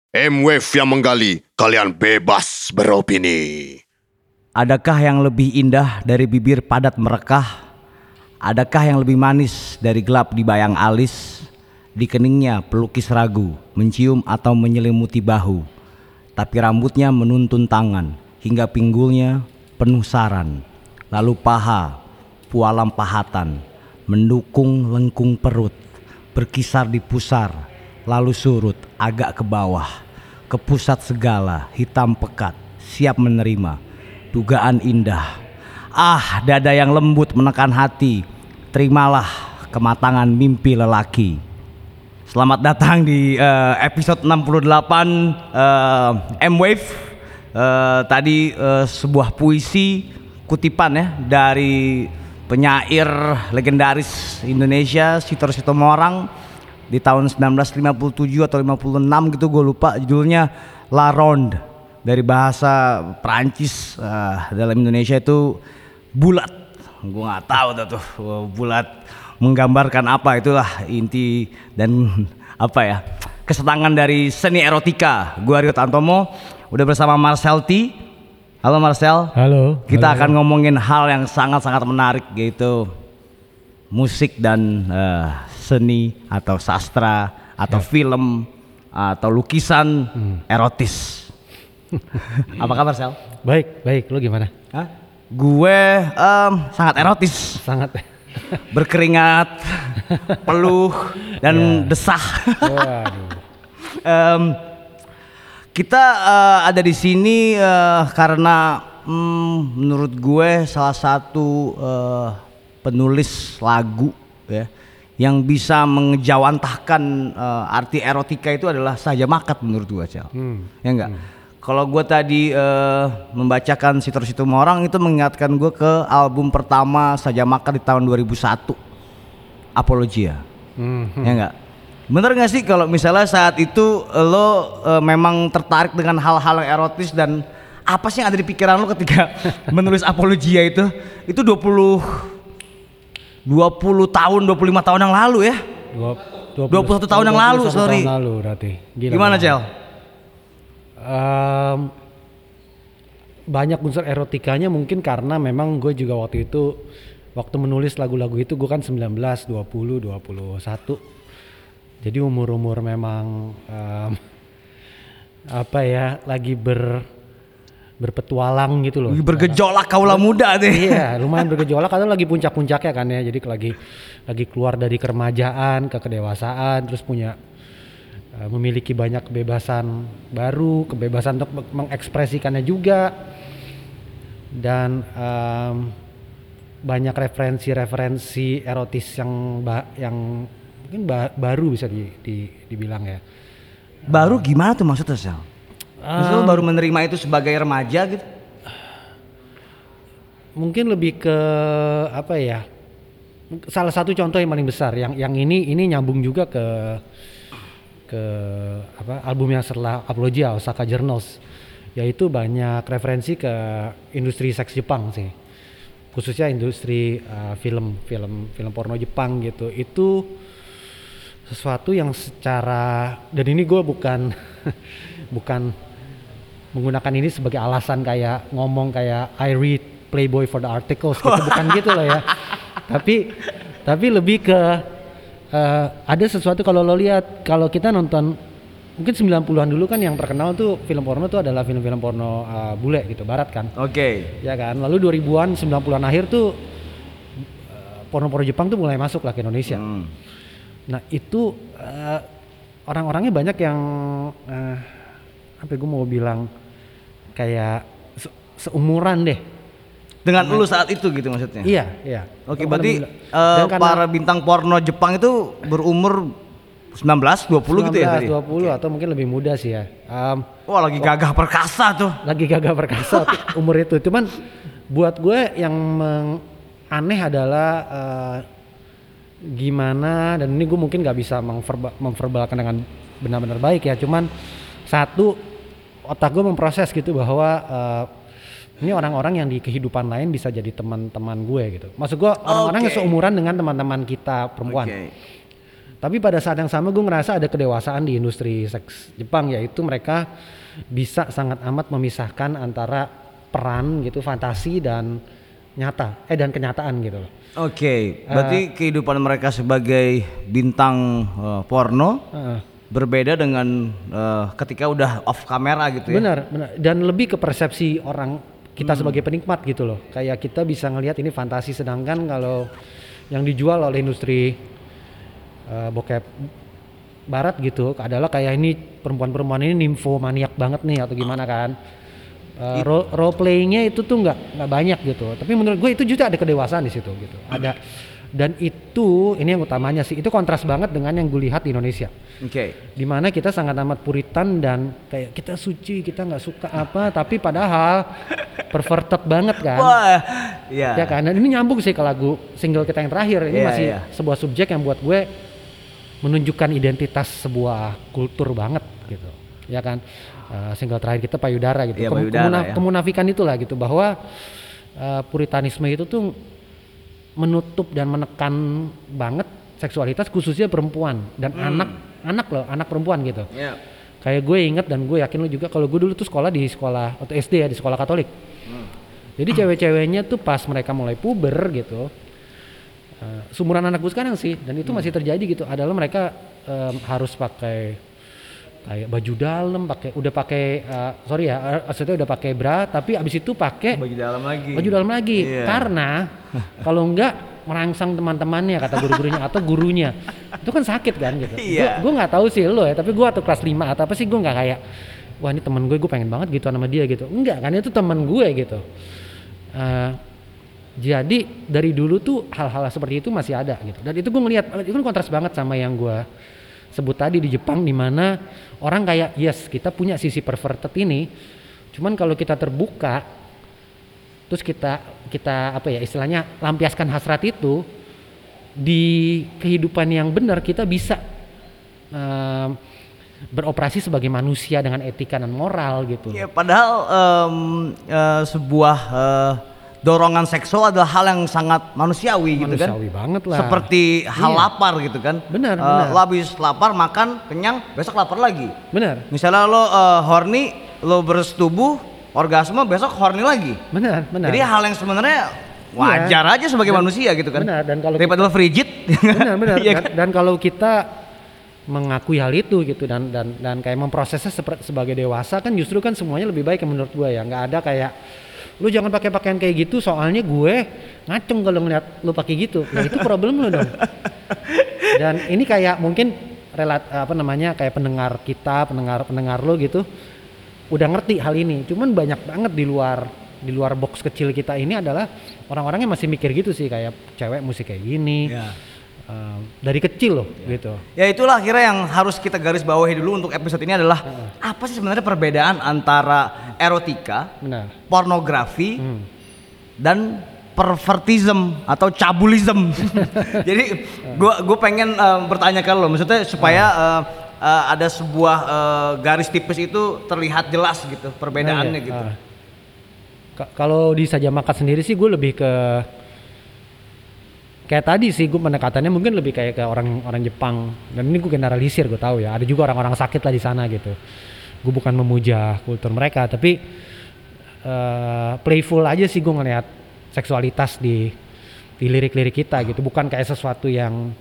M-Wave yang menggali, kalian bebas beropini. Adakah yang lebih indah dari bibir padat merekah? Adakah yang lebih manis dari gelap di bayang alis? Di keningnya pelukis ragu, mencium atau menyelimuti bahu. Tapi rambutnya menuntun tangan, hingga pinggulnya penuh saran. Lalu paha, pualam pahatan, mendukung lengkung perut, berkisar di pusar, lalu surut agak ke bawah, ke pusat segala, hitam pekat, siap menerima dugaan indah. Ah, dada yang lembut menekan hati, terimalah kematangan mimpi lelaki. Selamat datang di episode 68 M-Wave. Tadi sebuah puisi kutipan ya dari penyair legendaris Indonesia Sitor Sitomorang di tahun 1957 atau 56 gitu, gue lupa judulnya. La Ronde, dari bahasa Perancis, dalam Indonesia itu bulat. Gue nggak tahu tuh bulat menggambarkan apa, itulah inti dan apa ya, kesetangan dari seni erotika. Gue Aryo Tantomo udah bersama Marcel T. Halo Marcel. Halo. Kita halo. akan ngomongin hal yang sangat-sangat menarik, yaitu musik dan seni atau sastra atau film atau lukisan erotis. Apa kabar Sel? Baik. Lo gimana? Hah? Gue sangat erotis, Sangat. berkeringat, peluh dan desah. Waduh. Kita ada di sini karena menurut gue salah satu penulis lagu ya yang bisa mengejawantahkan arti erotika itu adalah Saja Makat menurut gue, Cel. Ya enggak? Kalau gue tadi membacakan Sitor Sitomorang itu mengingatkan gue ke album pertama Saja Makat di tahun 2001, Apologia. Ya enggak? Bener gak sih kalau misalnya saat itu lo memang tertarik dengan hal-hal yang erotis, dan apa sih yang ada di pikiran lo ketika menulis Apologia itu? Itu 20 tahun, 25 tahun yang lalu ya? 21 tahun yang lalu, sorry. Tahun lalu berarti. Gila, Gimana, Cel? Banyak unsur erotikanya mungkin karena memang gue juga waktu itu, waktu menulis lagu-lagu itu gue kan 19, 20, 21. Jadi umur-umur memang apa ya, lagi berpetualang gitu loh. Bergejolak kaula muda deh. Iya, lumayan bergejolak karena lagi puncak-puncaknya kan ya. Jadi lagi keluar dari keremajaan ke kedewasaan, terus punya memiliki banyak kebebasan baru, kebebasan untuk mengekspresikannya juga, dan banyak referensi erotis yang mungkin baru bisa dibilang ya. Baru gimana tuh maksudnya, Sel? Maksudnya lo baru menerima itu sebagai remaja gitu? Mungkin lebih ke apa ya? Salah satu contoh yang paling besar, yang ini nyambung juga ke apa, albumnya setelah Apologia, Osaka Journals, yaitu banyak referensi ke industri seks Jepang sih, khususnya industri film porno Jepang gitu. Itu sesuatu yang secara, dan ini gue bukan bukan menggunakan ini sebagai alasan kayak ngomong kayak I read Playboy for the articles gitu, bukan gitu loh ya. Tapi lebih ke ada sesuatu, kalau lo lihat, kalau kita nonton mungkin 90-an dulu kan yang terkenal tuh film porno tuh adalah film-film porno bule gitu, barat kan. Oke. Ya kan. Lalu 2000-an 90-an akhir tuh porno-porno Jepang tuh mulai masuk lah ke Indonesia. Nah, itu orang-orangnya banyak yang apa gue mau bilang kayak seumuran deh Dengan lu saat itu gitu maksudnya? Iya. Oke, berarti karena para bintang porno Jepang itu berumur 19, 20 gitu ya tadi? 20 atau mungkin lebih muda sih ya. Wah, lagi gagah perkasa tuh. Lagi gagah perkasa umur itu. Cuman buat gue yang aneh adalah gimana, dan ini gue mungkin gak bisa memverbalkan dengan benar-benar baik ya. Cuman satu, otak gue memproses gitu bahwa ini orang-orang yang di kehidupan lain bisa jadi teman-teman gue gitu. Maksud gue orang-orang yang seumuran dengan teman-teman kita perempuan. Tapi pada saat yang sama gue ngerasa ada kedewasaan di industri seks Jepang, yaitu mereka bisa sangat amat memisahkan antara peran gitu, fantasi dan dan kenyataan gitu loh. Oke, berarti kehidupan mereka sebagai bintang porno berbeda dengan ketika udah off kamera gitu ya. Benar. Dan lebih ke persepsi orang kita sebagai penikmat gitu loh. Kayak kita bisa ngelihat ini fantasi, sedangkan kalau yang dijual oleh industri bokep barat gitu adalah kayak ini perempuan-perempuan ini nymphomaniac banget nih atau gimana kan. Role playingnya itu tuh nggak banyak gitu. Tapi menurut gue itu juga ada kedewasaan di situ gitu. Ada, dan itu ini yang utamanya sih. Itu kontras banget dengan yang gue lihat di Indonesia. Oke. Dimana kita sangat amat puritan dan kayak kita suci, kita nggak suka apa, tapi padahal perverted banget kan. Wah, iya. Ya kan. Dan ini nyambung sih ke lagu single kita yang terakhir. Ini masih sebuah subjek yang buat gue menunjukkan identitas sebuah kultur banget gitu. Ya kan. Single terakhir kita Payudara gitu. Ya, kemunafikan itulah gitu, bahwa puritanisme itu tuh menutup dan menekan banget seksualitas khususnya perempuan dan anak perempuan gitu. Yeah. Kayak gue inget dan gue yakin lu juga, kalau gue dulu tuh sekolah di sekolah atau SD ya, di sekolah Katolik. Jadi cewek-ceweknya tuh pas mereka mulai puber gitu, sumuran anak gue sekarang sih, dan itu masih terjadi gitu, adalah mereka harus pakai kayak baju dalam, maksudnya udah pakai bra, tapi abis itu pakai baju dalam lagi. Yeah. Karena kalau enggak merangsang teman-temannya, kata guru-gurunya atau gurunya, itu kan sakit kan gitu. Yeah. Gue nggak tahu sih lo ya, tapi gue waktu kelas 5 atau apa sih, gue nggak kayak wah ini teman gue pengen banget gitu sama dia gitu. Enggak kan, itu teman gue gitu. Jadi dari dulu tuh hal-hal seperti itu masih ada gitu. Dan itu gue ngelihat itu kan kontras banget sama yang gue sebut tadi di Jepang, di mana orang kayak yes kita punya sisi perverted ini, cuman kalau kita terbuka terus kita apa ya istilahnya lampiaskan hasrat itu di kehidupan yang benar, kita bisa beroperasi sebagai manusia dengan etika dan moral gitu. Ya, padahal sebuah dorongan seksual adalah hal yang sangat manusiawi gitu kan. Manusiawi banget lah. Seperti hal lapar gitu kan. Benar. Lo habis lapar makan kenyang, besok lapar lagi. Benar. Misalnya lo horny, lo bersetubuh, orgasme, besok horny lagi. Benar. Jadi hal yang sebenarnya wajar aja sebagai manusia gitu kan. Benar. Dan kalau daripada lo frigid. Benar. Iya kan? Dan kalau kita mengakui hal itu gitu dan kayak memprosesnya sebagai dewasa, kan justru kan semuanya lebih baik menurut gue ya. Nggak ada kayak lu jangan pakai pakaian kayak gitu soalnya gue ngaceng kalau ngeliat lu pakai gitu. Nah itu problem lu dong. Dan ini kayak mungkin kayak pendengar kita, pendengar lu gitu udah ngerti hal ini. Cuman banyak banget di luar box kecil kita ini adalah orang-orang yang masih mikir gitu sih, kayak cewek mesti kayak gini. Yeah. Dari kecil loh gitu. Ya itulah akhirnya yang harus kita garis bawahi dulu untuk episode ini adalah apa sih sebenarnya perbedaan antara erotika, pornografi, dan pervertism atau cabulism. Jadi gue pengen bertanya ke lo, maksudnya supaya ada sebuah garis tipis itu terlihat jelas gitu perbedaannya gitu. Kalau di Saja Makan sendiri sih gue lebih ke kayak tadi sih, gue pendekatannya mungkin lebih kayak ke orang Jepang, dan ini gue generalisir, gue tahu ya ada juga orang-orang sakit lah di sana gitu. Gue bukan memuja kultur mereka, tapi playful aja sih gue ngelihat seksualitas di lirik-lirik kita gitu, bukan kayak sesuatu yang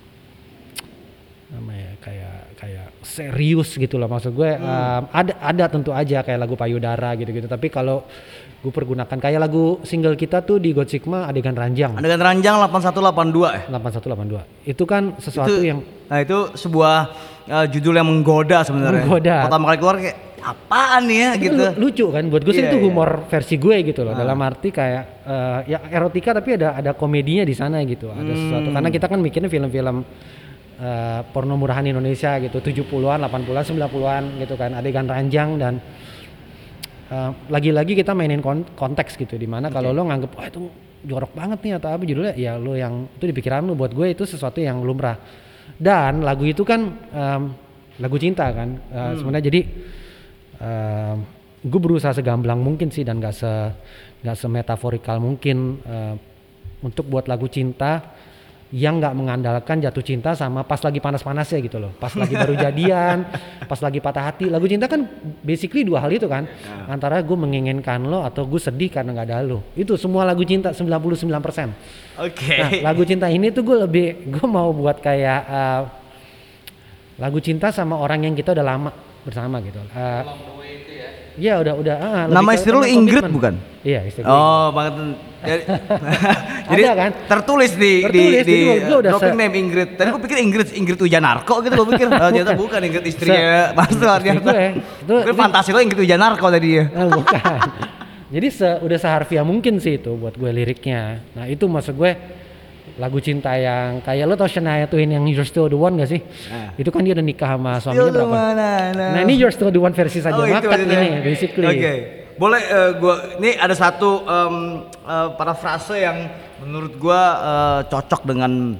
namanya kayak serius gitu loh. Maksud gue ada tentu aja kayak lagu Payudara gitu-gitu, tapi kalau gue pergunakan kayak lagu single kita tuh di God Sigma, Adegan Ranjang 8182 itu kan sesuatu yang itu sebuah judul yang menggoda sebenarnya. Pertama kali keluar kayak apaan ya gitu. Lucu kan buat gue sih, itu humor versi gue gitu loh. Dalam arti kayak ya erotika tapi ada komedinya di sana gitu. Ada sesuatu, karena kita kan mikirnya film-film porno murahan Indonesia gitu, 70-an, 80-an, 90-an gitu kan. Adegan Ranjang dan lagi-lagi kita mainin konteks gitu, dimana kalau lo nganggep wah itu jorok banget nih atau apa judulnya, ya lo yang itu di pikiran lo, buat gue itu sesuatu yang lumrah. Dan lagu itu kan lagu cinta kan sebenarnya. Jadi gue berusaha segamblang mungkin sih dan gak semetaforikal mungkin untuk buat lagu cinta yang nggak mengandalkan jatuh cinta sama pas lagi panas-panasnya gitu loh, pas lagi baru jadian, pas lagi patah hati. Lagu cinta kan basically dua hal itu kan, antara gue menginginkan lo atau gue sedih karena nggak ada lo. Itu semua lagu cinta 99%. Nah, lagu cinta ini tuh gue mau buat kayak lagu cinta sama orang yang kita udah lama bersama gitu. Iya udah. Nama istri lu Ingrid bukan? Iya istri gue. Oh banget. Jadi Ada kan? tertulis di gua udah dropping name Ingrid. Tadi gue pikir Ingrid Wijanarko gitu gue pikir. Ternyata bukan Ingrid istrinya Mas Tuar. Itu fantasi lo Ingrid Wijanarko tadi ya. Bukan. Jadi udah seharfiah mungkin sih itu buat gue liriknya. Nah itu maksud gue lagu cinta yang kayak lo tau Shania Twain yang You're Still the One gak sih? Itu kan dia udah nikah sama suaminya berapa? Nah ini You're Still the One versi Saja Makat ini basically. Oke. Boleh ini ada satu parafrase yang menurut gua cocok dengan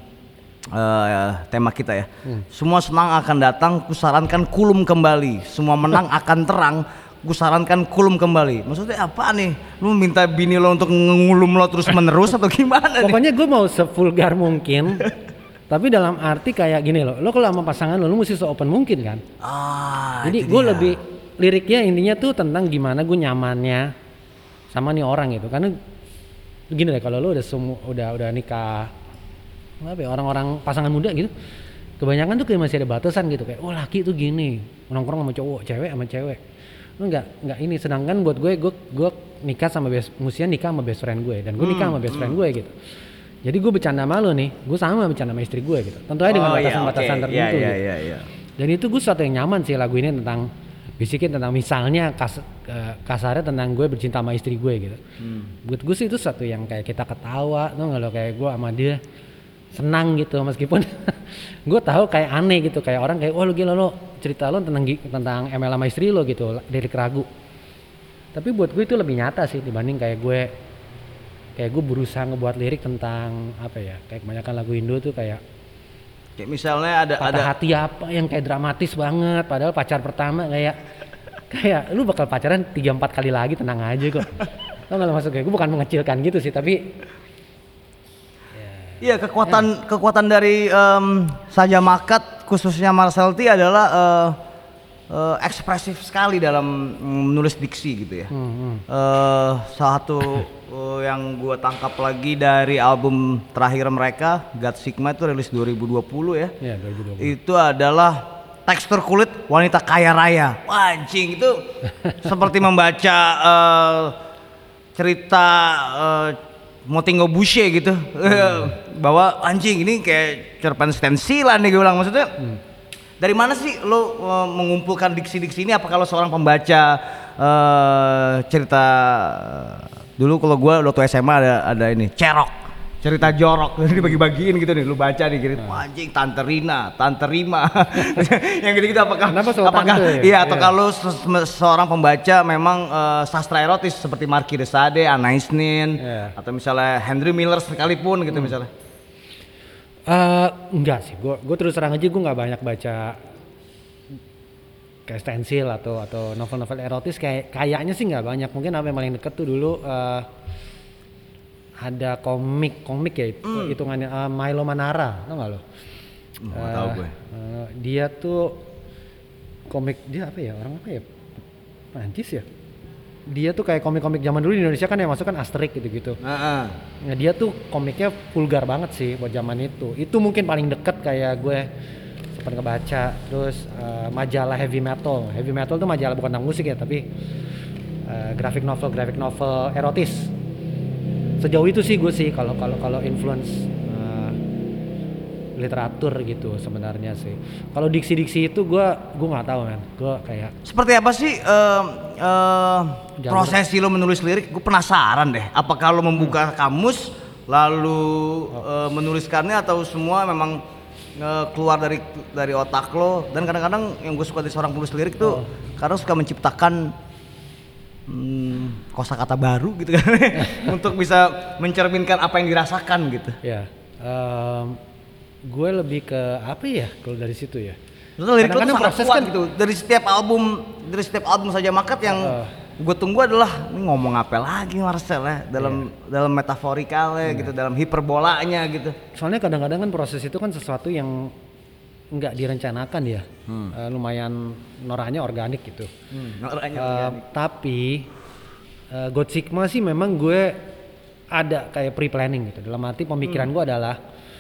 tema kita ya. Semua senang akan datang, kusarankan kulum kembali. Semua menang akan terang, kusarankan kulum kembali. Maksudnya apa nih? Lu minta bini lo untuk ngulum lo terus menerus atau gimana nih? Pokoknya gue mau sevulgar mungkin. Tapi dalam arti kayak gini loh. Lo kalau sama pasangan lo mesti se-open mungkin kan? Jadi gue lebih liriknya intinya tuh tentang gimana gue nyamannya sama nih orang gitu. Karena gini deh, kalau lo udah nikah, apa ya, orang-orang pasangan muda gitu, kebanyakan tuh kayak masih ada batasan gitu, kayak laki tuh gini, nongkrong sama cowok, cewek sama cewek. Enggak ini, sedangkan buat gue nikah sama musia nikah sama best friend gue, dan gue nikah sama best friend gue gitu. Jadi gue bercanda sama lo nih, gue sama bercanda sama istri gue gitu. Tentu aja dengan batasan-batasan tertentu gitu. Dan itu gue sesuatu yang nyaman sih, lagu ini tentang bisikin tentang misalnya kasarnya tentang gue bercinta sama istri gue gitu. Buat gue sih itu sesuatu yang kayak kita ketawa, tuh nggak lo, kayak gue sama dia senang gitu, meskipun gue tahu kayak aneh gitu, kayak orang kayak lu gila lo cerita lo tentang ML sama istri lo gitu, lirik ragu. Tapi buat gue itu lebih nyata sih dibanding kayak gue berusaha ngebuat lirik tentang apa ya, kayak kebanyakan lagu Indo tuh kayak misalnya ada hati apa yang kayak dramatis banget, padahal pacar pertama kayak lu bakal pacaran 3-4 kali lagi, tenang aja kok. Lo nggak masuk, kayak gue bukan mengecilkan gitu sih, tapi iya, kekuatan dari Saja Makat khususnya Marcel T adalah ekspresif sekali dalam menulis diksi gitu ya. Salah satu yang gue tangkap lagi dari album terakhir mereka, God Sigma, itu rilis 2020 ya. Iya, 2020. Itu adalah Tekstur Kulit Wanita Kaya Raya. Wah, anjing, itu seperti membaca cerita Motingo Bushe gitu. Bahwa anjing ini kayak cerpen stensilan nih gue bilang, maksudnya dari mana sih lo mengumpulkan diksi-diksi ini? Apa kalau seorang pembaca cerita dulu, kalau gue waktu SMA ada ini cerok, cerita jorok, jadi dibagi-bagiin gitu nih, lu baca nih gitu, anjing Tante Rina, Tante Rima, yang gitu-gitu. Apakah iya, atau kalau seorang pembaca memang sastra erotis seperti Marquis de Sade, Anna Isnin, atau misalnya Henry Miller sekalipun gitu misalnya? Enggak sih, gue terus terang aja gue nggak banyak baca kayak stensil atau novel-novel erotis, kayaknya sih nggak banyak. Mungkin apa yang paling deket tuh dulu ada komik ya, hitungannya Milo Manara, tau nggak lo? Nggak tahu gue. Dia tuh komik, dia apa ya, orang apa ya, Prancis ya. Dia tuh kayak komik-komik zaman dulu di Indonesia kan yang masuk kan Asterix gitu-gitu. Nah dia tuh komiknya vulgar banget sih buat zaman itu. Itu mungkin paling deket kayak gue sempat ngebaca. Terus majalah heavy metal tuh majalah bukan tentang musik ya, tapi graphic novel erotis. Sejauh itu sih gue sih kalau influence literatur gitu sebenarnya sih. Kalau diksi-diksi itu gue nggak tahu men. Gue kayak seperti apa sih prosesi lo menulis lirik? Gue penasaran deh. Apa kalau membuka kamus lalu menuliskannya, atau semua memang keluar dari otak lo? Dan kadang-kadang yang gue suka dari seorang penulis lirik tuh kadang suka menciptakan kosakata baru gitu kan untuk bisa mencerminkan apa yang dirasakan gitu. Ya. Gue lebih ke apa ya kalau dari situ ya. Lirik lo tuh sangat kuat gitu. Dari setiap album Saja Makat yang gue tunggu adalah ini ngomong apa lagi Marcel ya dalam metaforikalnya gitu, dalam hiperbolanya gitu. Soalnya kadang-kadang kan proses itu kan sesuatu yang nggak direncanakan ya, lumayan noraknya organik gitu. Tapi God Sigma sih memang gue ada kayak pre-planning gitu. Dalam arti pemikiran gue adalah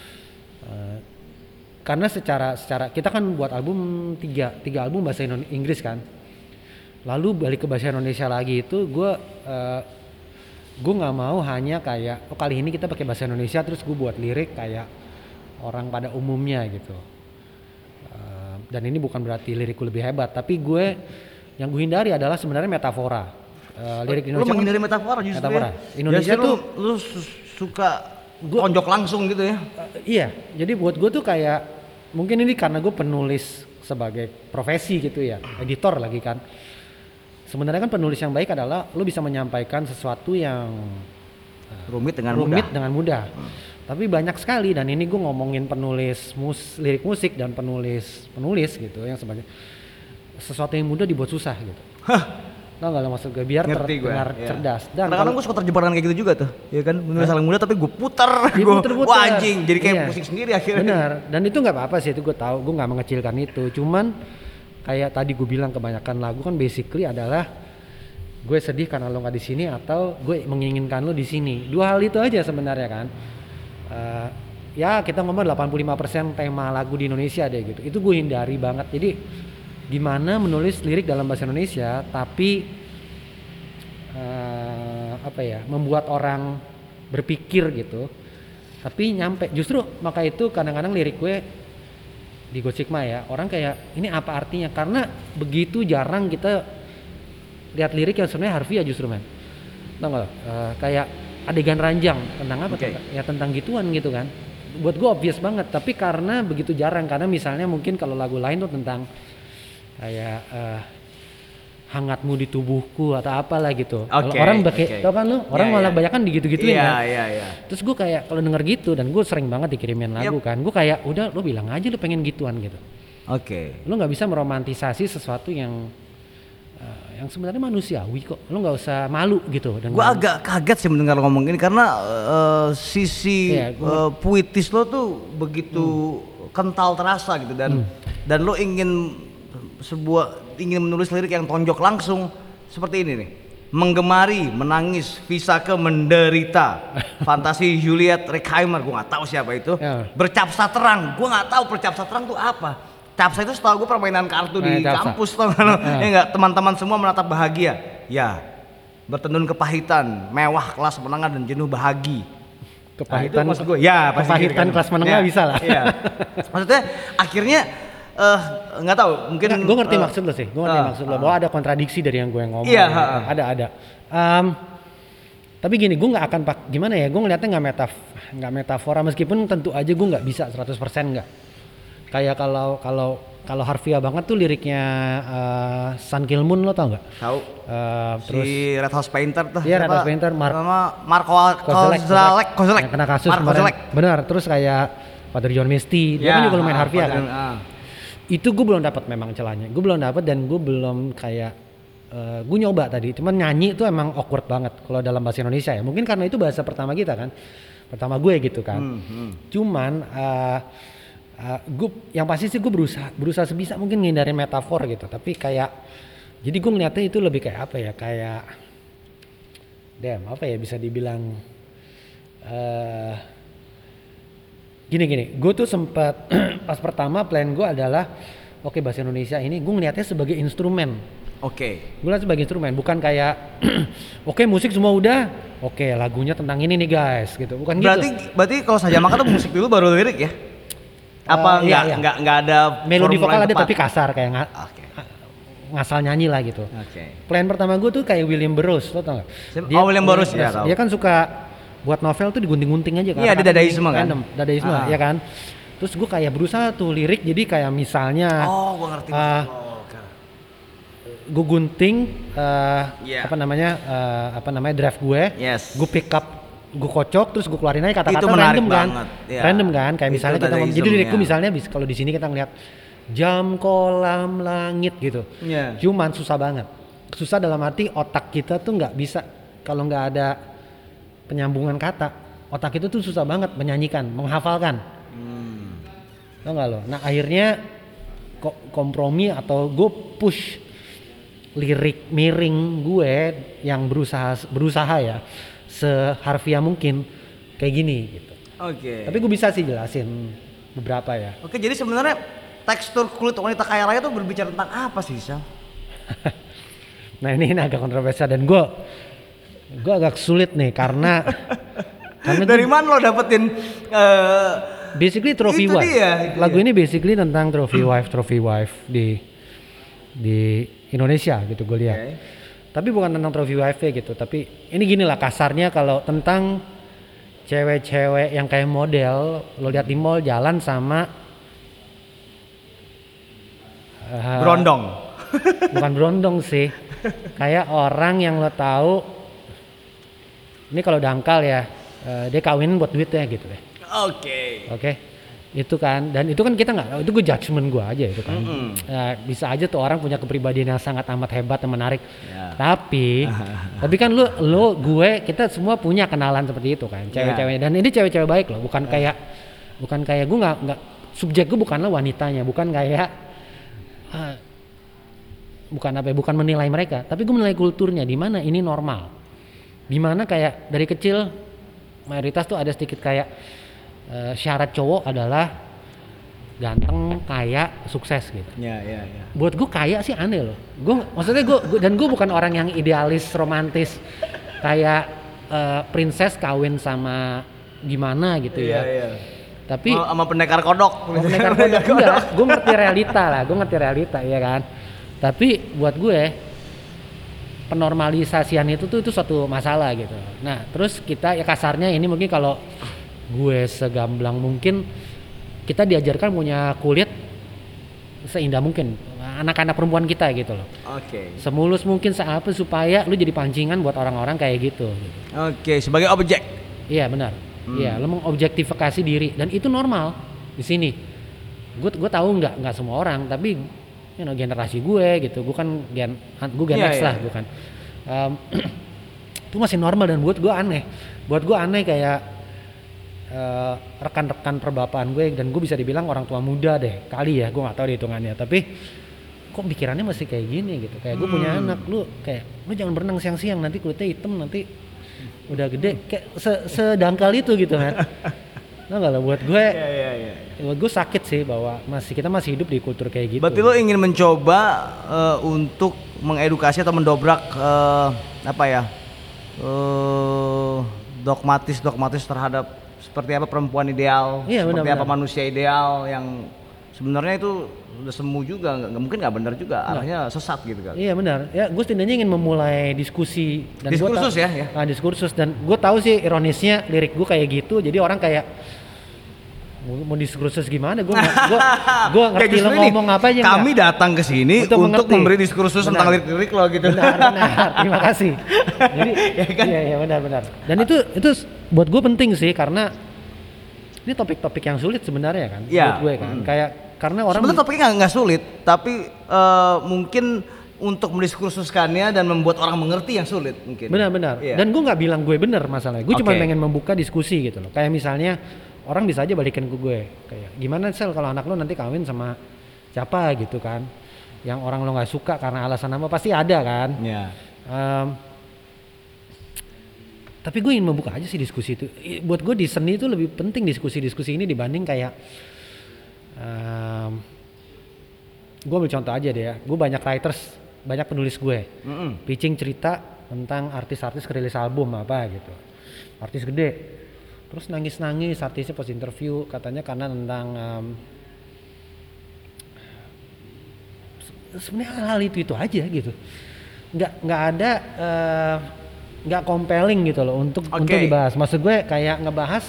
karena secara kita kan buat album tiga album bahasa Inggris kan. Lalu balik ke bahasa Indonesia lagi itu gue nggak mau hanya kayak kali ini kita pakai bahasa Indonesia terus gue buat lirik kayak orang pada umumnya gitu. Dan ini bukan berarti lirikku lebih hebat, tapi yang gue hindari adalah sebenarnya metafora. Lirik Indonesia. Lu menghindari metafora justru. Metafora. Ya? Indonesia tuh lu suka tonjok langsung gitu ya. Iya, jadi buat gue tuh kayak mungkin ini karena gue penulis sebagai profesi gitu ya, editor lagi kan. Sebenarnya kan penulis yang baik adalah lu bisa menyampaikan sesuatu yang rumit dengan mudah. Tapi banyak sekali, dan ini gue ngomongin penulis lirik musik dan penulis gitu yang sebagai sesuatu yang mudah dibuat susah gitu. Tau gak lo maksud gue, biar terdengar cerdas. Dan kadang-kadang gue suka terjebak dengan kayak gitu juga tuh, ya kan, menulis hal yang mudah tapi gue puter. Wah anjing, jadi kayak musik sendiri akhirnya. Benar, dan itu nggak apa-apa sih, itu gue tahu, gue nggak mengecilkan itu. Cuman kayak tadi gue bilang kebanyakan lagu kan basically adalah gue sedih karena lo nggak di sini atau gue menginginkan lo di sini. Dua hal itu aja sebenarnya kan. Ya kita ngomong 85% tema lagu di Indonesia deh gitu. Itu gue hindari banget. Jadi gimana menulis lirik dalam bahasa Indonesia tapi membuat orang berpikir gitu. Tapi nyampe, justru maka itu kadang-kadang lirik gue di God Sigma ya, orang kayak ini apa artinya? Karena begitu jarang kita lihat lirik yang sebenarnya harfiah justru men. Tau gak lo? Kayak adegan ranjang tentang apa? Ya tentang gituan gitu kan. Buat gue obvious banget, tapi karena begitu jarang, karena misalnya mungkin kalau lagu lain tuh tentang kayak hangatmu di tubuhku atau apalah gitu. Kalau orang tau kan lu, orang malah banyak kan digitu-gituin kan. Terus gue kayak kalau denger gitu, dan gue sering banget dikirimin lagu kan, gue kayak udah lu bilang aja lu pengen gituan gitu. Lu nggak bisa meromantisasi sesuatu yang sebenarnya manusiawi kok. Lo nggak usah malu gitu. Gue agak kaget sih mendengar ngomong ini karena sisi puitis lo tuh begitu kental terasa gitu, dan lo ingin menulis lirik yang tonjok langsung seperti ini nih. Menggemari, menangis, Visake menderita, Fantasi Juliet Reckheimer, gue nggak tahu siapa itu. Bercapsa terang, gue nggak tahu bercapsa terang tuh apa. Capsa itu setahu gue permainan kartu di kampus tuh kan. Ya enggak, teman-teman semua menatap bahagia. Ya. Bertendun kepahitan, mewah kelas menengah dan jenuh bahagi. Kepahitan maksud gue. Ya, kepahitan kelas menengah bisa lah. Iya. Maksudnya akhirnya nggak tahu, mungkin gue ngerti maksud lo sih. Gue ngerti maksud lo bahwa ada kontradiksi dari yang gue ngomong. Iya, ada. Tapi gini, gue nggak akan gimana ya? Gue ngeliatnya nggak metafora, meskipun tentu aja gue nggak bisa 100% nggak. Kayak kalau harfiah banget tuh liriknya Sun Kill Moon, lo tau nggak? Tahu. Terus si Red House Painter tuh. Iya, Red House Painter. Marco Kozelek. Yang kena kasus kemarin. Benar. Terus kayak Father John Misty, dia kan juga lumayan harfiah kan. Itu gue belum dapat memang celahnya. Gue belum dapat, dan gue belum kayak gue nyoba tadi. Cuman nyanyi itu emang awkward banget kalau dalam bahasa Indonesia ya. Mungkin karena itu bahasa pertama kita kan. Pertama gue gitu kan. Cuman gue yang pasti sih gue berusaha sebisa mungkin ngindarin metafor gitu, tapi kayak jadi gue ngeliatnya itu lebih kayak apa ya, kayak apa ya bisa dibilang gini gue tuh sempat pas pertama plan gue adalah bahasa Indonesia ini gue ngeliatnya sebagai instrumen. Gue lihat sebagai instrumen, bukan kayak musik semua udah lagunya tentang ini nih guys gitu, bukan berarti kalau saja makan tuh musik dulu baru lirik ya. Apa nggak ada melodi vokal ada tapi kasar kayak ngasal nyanyi lah gitu. Plan pertama gue tuh kayak William Burroughs, lo tau nggak? William Burroughs ya. Dia kan suka buat novel tuh digunting-gunting aja kan. Iya, ada dadaisme kan. Dadaisme ya kan. Terus gue kayak berusaha tuh lirik, jadi kayak misalnya gue ngerti. Gue gunting draft gue. Gue pick up, gue kocok, terus gue keluarin aja kata-kata random kan. Random kan, kayak misalnya kita ngomong, jadi lirikku misalnya kalau di sini kita ngeliat jam kolam langit gitu. Cuman susah banget. susah dalam arti otak kita tuh nggak bisa kalau nggak ada penyambungan kata. Otak itu tuh susah banget menyanyikan, menghafalkan. Tau nggak lo? Nah akhirnya kompromi atau gue push lirik miring gue yang berusaha ya seharfiah mungkin kayak gini gitu. Oke. Tapi gue bisa sih jelasin beberapa ya. Oke, jadi sebenarnya tekstur kulit wanita kaya raya tuh berbicara tentang apa sih, Sal? Nah ini agak kontroversial dan gue agak sulit nih karena Dari mana lo dapetin basically trophy itu wife. dia, Lagu ini basically tentang trophy wife di Indonesia gitu gue lihat. Okay. Tapi bukan tentang trophy wife gitu, tapi ini gini lah kasarnya kalau tentang cewek-cewek yang kayak model lo lihat di mall jalan sama berondong. bukan berondong sih, kayak orang yang lo tahu ini kalau dangkal ya dia kawin buat duitnya gitu deh. Oke. Itu kan, dan itu kan kita nggak, itu gue judgement gue aja itu kan. Bisa aja tuh orang punya kepribadian yang sangat amat hebat dan menarik. Yeah. Tapi kan gue kita semua punya kenalan seperti itu kan, cewek-ceweknya. Dan ini cewek-cewek baik loh, bukan kayak gue nggak subjek gue bukanlah wanitanya, bukan kayak bukan menilai mereka, tapi gue menilai kulturnya di mana ini normal, di mana kayak dari kecil mayoritas tuh ada sedikit kayak syarat cowok adalah ganteng, kaya, sukses gitu. Ya. Buat gue kaya sih aneh loh. Maksudnya gue bukan orang yang idealis, romantis kayak princess kawin sama gimana gitu ya. Iya. Tapi sama pendekar kodok. Enggak, gue ngerti realita ya kan. Tapi buat gue penormalisasian itu suatu masalah gitu. Nah terus kita ya kasarnya ini mungkin kalau gue segamblang mungkin kita diajarkan punya kulit seindah mungkin anak-anak perempuan kita gitu loh. Oke. Semulus mungkin seapa supaya lu jadi pancingan buat orang-orang kayak gitu. Oke, sebagai objek. Iya benar. Iya, lu mengobjektifikasi diri dan itu normal di sini. Gue tahu nggak semua orang tapi generasi gue gitu. Gue kan Gen X lah bukan. Itu masih normal dan buat gue aneh. Kayak rekan-rekan perbapaan gue dan gue bisa dibilang orang tua muda deh kali ya, gue nggak tahu hitungannya, tapi kok pikirannya masih kayak gini gitu. Kayak gue punya anak, lu jangan berenang siang-siang nanti kulitnya hitam, nanti udah gede kayak sedangkal itu gitu kan. Nah nggak lah buat gue, buat gue sakit sih bahwa kita masih hidup di kultur kayak gitu. Berarti lo ingin mencoba untuk mengedukasi atau mendobrak dogmatis terhadap seperti apa perempuan ideal, seperti apa manusia ideal yang sebenarnya itu udah semu juga, mungkin nggak benar juga, arahnya sesat gitu kan. Iya benar. Ya gue setidaknya ingin memulai diskusi dan diskursus diskursus dan gue tahu sih ironisnya lirik gue kayak gitu, jadi orang kayak mau diskursus gimana? Gue ngerti lo ngomong apa aja. Kami datang ke sini untuk memberi diskursus tentang lirik-lirik lo gitu. Benar. Terima kasih. Jadi iya benar. Dan itu buat gue penting sih karena ini topik-topik yang sulit sebenarnya kan buat gue kan. Kayak karena orang sebenarnya topiknya nggak sulit, tapi mungkin untuk mendiskursuskannya dan membuat orang mengerti yang sulit mungkin. Benar. Yeah. Dan gue nggak bilang gue benar masalahnya. Gue cuma pengen membuka diskusi gitu loh. Kayak misalnya orang bisa aja balikin ke gue kayak gimana Sel kalau anak lo nanti kawin sama siapa gitu kan, yang orang lo nggak suka karena alasan apa pasti ada kan. Tapi gue ingin membuka aja sih diskusi itu. Buat gue di seni itu lebih penting diskusi ini dibanding kayak gue ambil contoh aja deh ya, gue banyak penulis gue pitching cerita tentang artis-artis kerilis album apa gitu, artis gede. Terus nangis artisnya pas interview katanya karena tentang sebenarnya hal-hal itu aja gitu, nggak ada nggak compelling gitu loh untuk dibahas. Maksud gue kayak ngebahas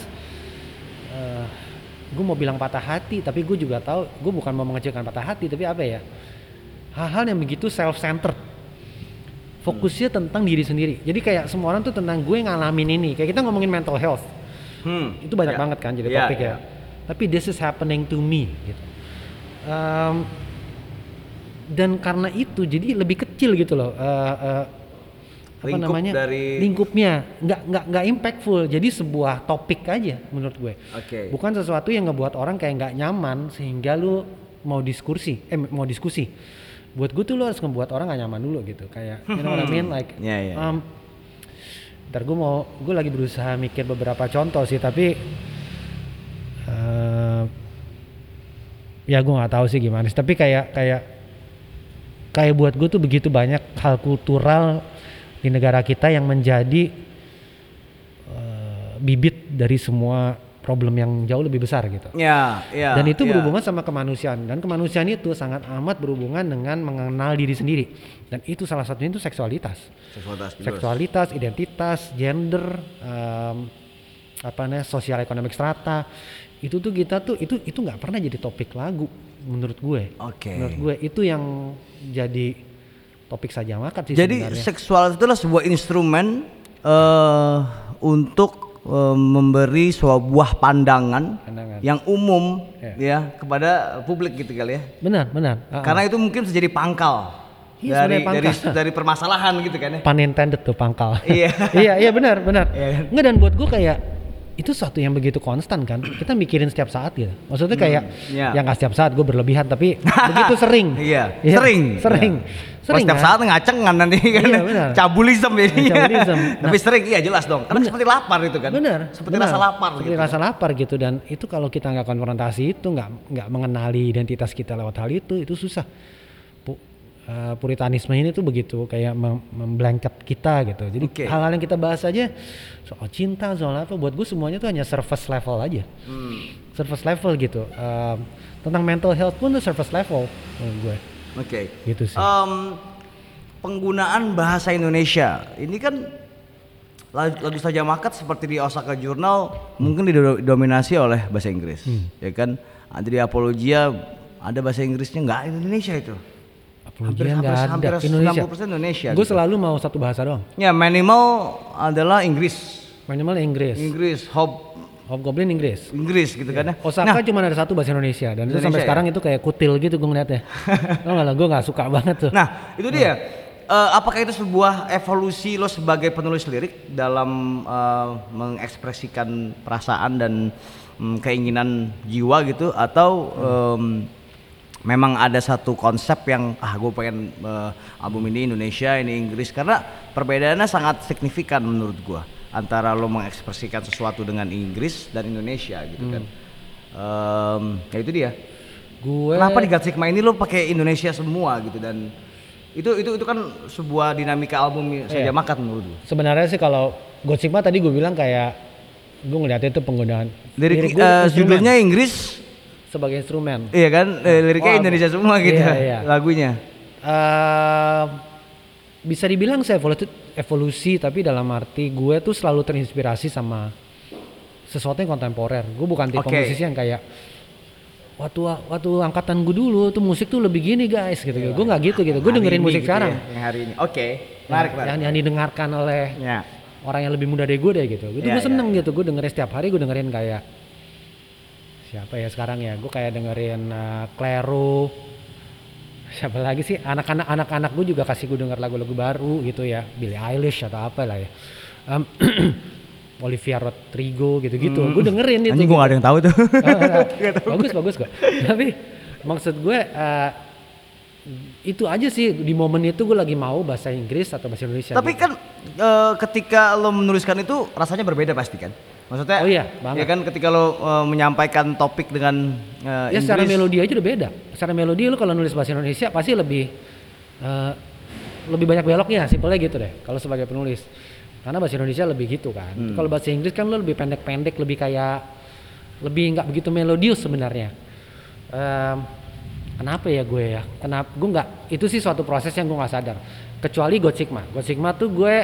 gue mau bilang patah hati, tapi gue juga tahu gue bukan mau mengecilkan patah hati, tapi apa ya, hal-hal yang begitu self-centered, fokusnya tentang diri sendiri. Jadi kayak semua orang tuh tentang gue ngalamin ini, kayak kita ngomongin mental health. Itu banyak banget kan jadi topik ya. Tapi this is happening to me gitu. Dan karena itu jadi lebih kecil gitu loh. Lingkup dari- lingkupnya nggak impactful, jadi sebuah topik aja menurut gue. Oke. Bukan sesuatu yang ngebuat orang kayak nggak nyaman sehingga lu mau diskusi. Buat gue tuh lu harus ngebuat orang nggak nyaman dulu gitu, kayak you know what I mean, like Yeah. ntar gue lagi berusaha mikir beberapa contoh sih, tapi ya gue nggak tahu sih gimana sih, tapi kayak buat gue tuh begitu banyak hal kultural di negara kita yang menjadi bibit dari semua problem yang jauh lebih besar gitu. Ya. Dan itu berhubungan sama kemanusiaan, dan kemanusiaan itu sangat amat berhubungan dengan mengenal diri sendiri, dan itu salah satunya itu seksualitas, identitas, gender, sosial ekonomi strata. Itu tuh kita tuh itu nggak pernah jadi topik lagu menurut gue. Oke. Menurut gue itu yang jadi topik saja makan sih. Jadi sebenarnya. seksual itu adalah sebuah instrumen untuk memberi sebuah pandangan yang umum ya kepada publik gitu kali ya. Benar. Karena itu mungkin bisa jadi pangkal dari permasalahan gitu kan ya. Pun intended tuh pangkal. Iya. iya benar. Iya. Enggak, dan buat gue kayak itu sesuatu yang begitu konstan kan, kita mikirin setiap saat gitu. Maksudnya kayak ya nggak setiap saat, gue berlebihan, tapi begitu sering. Iya. Ya, Sering kan? setiap saat ngaceng kan nanti kan. Iya, benar. Cabulism jadinya. Nah, tapi sering, iya jelas dong. Karena seperti lapar itu kan. Seperti rasa lapar seperti gitu. rasa lapar gitu, dan itu kalau kita nggak konfrontasi itu, nggak mengenali identitas kita lewat hal itu susah. Puritanisme ini tuh begitu kayak memblanket kita gitu. Jadi hal-hal yang kita bahas aja soal cinta, soal apa, buat gue semuanya tuh hanya surface level aja. Surface level gitu. Tentang mental health pun tuh surface level menurut gue. Oke. Gitu sih. Penggunaan bahasa Indonesia ini kan lagu saja makat seperti di Osaka Journal mungkin didominasi oleh bahasa Inggris, ya kan? Di Apologia ada bahasa Inggrisnya, nggak Indonesia itu. Hampir 90% Indonesia. Gue selalu mau satu bahasa doang. Ya, minimal adalah Inggris. Inggris. Hobgoblin Inggris gitu kan ya. Osaka cuma ada satu bahasa Indonesia, dan itu sampai sekarang itu kayak kutil gitu gue ngeliatnya. Gue nggak suka banget tuh. Nah itu dia. Apakah itu sebuah evolusi lo sebagai penulis lirik dalam mengekspresikan perasaan dan keinginan jiwa gitu, atau memang ada satu konsep yang gue pengen album ini Indonesia, ini Inggris, karena perbedaannya sangat signifikan menurut gue antara lo mengekspresikan sesuatu dengan Inggris dan Indonesia gitu kan. Ya itu dia. Kenapa di God Sigma ini lo pakai Indonesia semua gitu, dan itu kan sebuah dinamika album saja makat menurut gue. Sebenarnya sih kalau God Sigma tadi gue bilang kayak gue ngeliatnya itu penggunaan lirik judulnya Inggris sebagai instrumen. Iya kan, liriknya Indonesia semua gitu. Iya. Lagunya. Bisa dibilang saya evolusi, tapi dalam arti gue tuh selalu terinspirasi sama sesuatu yang kontemporer. Gue bukan tipe musisi yang kayak waktu angkatan gue dulu tuh musik tuh lebih gini guys gitu. Gue nggak gitu. Gue dengerin musik gitu sekarang. Yang hari ini. Menarik. Yang didengarkan oleh orang yang lebih muda dari gue deh gitu. Gue seneng gitu. Gue dengerin setiap hari. Gue dengerin kayak siapa ya sekarang ya? Gue kayak dengerin Clairo. Siapa lagi sih? Anak-anak gue juga kasih gue denger lagu-lagu baru gitu ya. Billie Eilish atau apa lah ya. Olivia Rodrigo gitu-gitu. Gue dengerin itu. Anjing gue gak ada yang tahu tuh. Bagus kok. Tapi maksud gue itu aja sih, di momen itu gue lagi mau bahasa Inggris atau bahasa Indonesia. Tapi gitu kan ketika lo menuliskan itu rasanya berbeda pasti kan? Maksudnya banget. Ya kan ketika lo menyampaikan topik dengan Inggris. Secara melodi aja udah beda. Secara melodi lo kalau nulis bahasa Indonesia pasti lebih banyak beloknya, simpelnya gitu deh kalau sebagai penulis. Karena bahasa Indonesia lebih gitu kan. Kalau bahasa Inggris kan lo lebih pendek-pendek, lebih nggak begitu melodius sebenarnya. Kenapa ya gue ya? Kenapa gue nggak? Itu sih suatu proses yang gue nggak sadar. Kecuali God Sigma. God Sigma tuh gue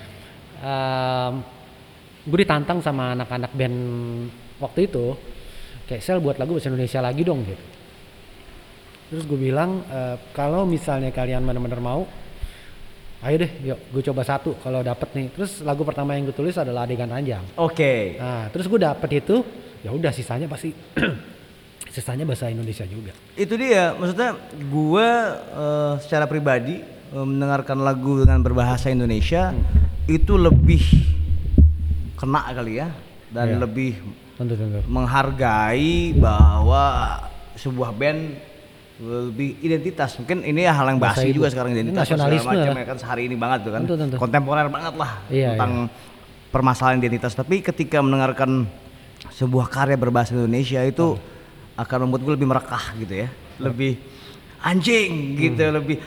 ditantang sama anak-anak band waktu itu. Kayak Sel buat lagu bahasa Indonesia lagi dong gitu. Terus gue bilang kalau misalnya kalian benar-benar mau, ayo deh, yuk gue coba satu kalau dapet nih. Terus lagu pertama yang gue tulis adalah Adegan Ranjang. Oke. Nah, terus gue dapet itu, ya udah sisanya pasti sisanya bahasa Indonesia juga. Itu dia, maksudnya gue secara pribadi mendengarkan lagu dengan berbahasa Indonesia itu lebih kena kali ya, dan Iya. lebih Tentu. menghargai bahwa sebuah band lebih identitas. Mungkin ini hal yang Bahasa basi ibu. juga sekarang, identitas Nasionalisme segala macam lah. ya kan, sehari ini banget tuh kan, Tentu. kontemporer banget lah Iya, tentang permasalahan identitas. Tapi ketika mendengarkan sebuah karya berbahasa Indonesia itu akan membuat gue lebih merekah gitu ya, lebih anjing gitu, lebih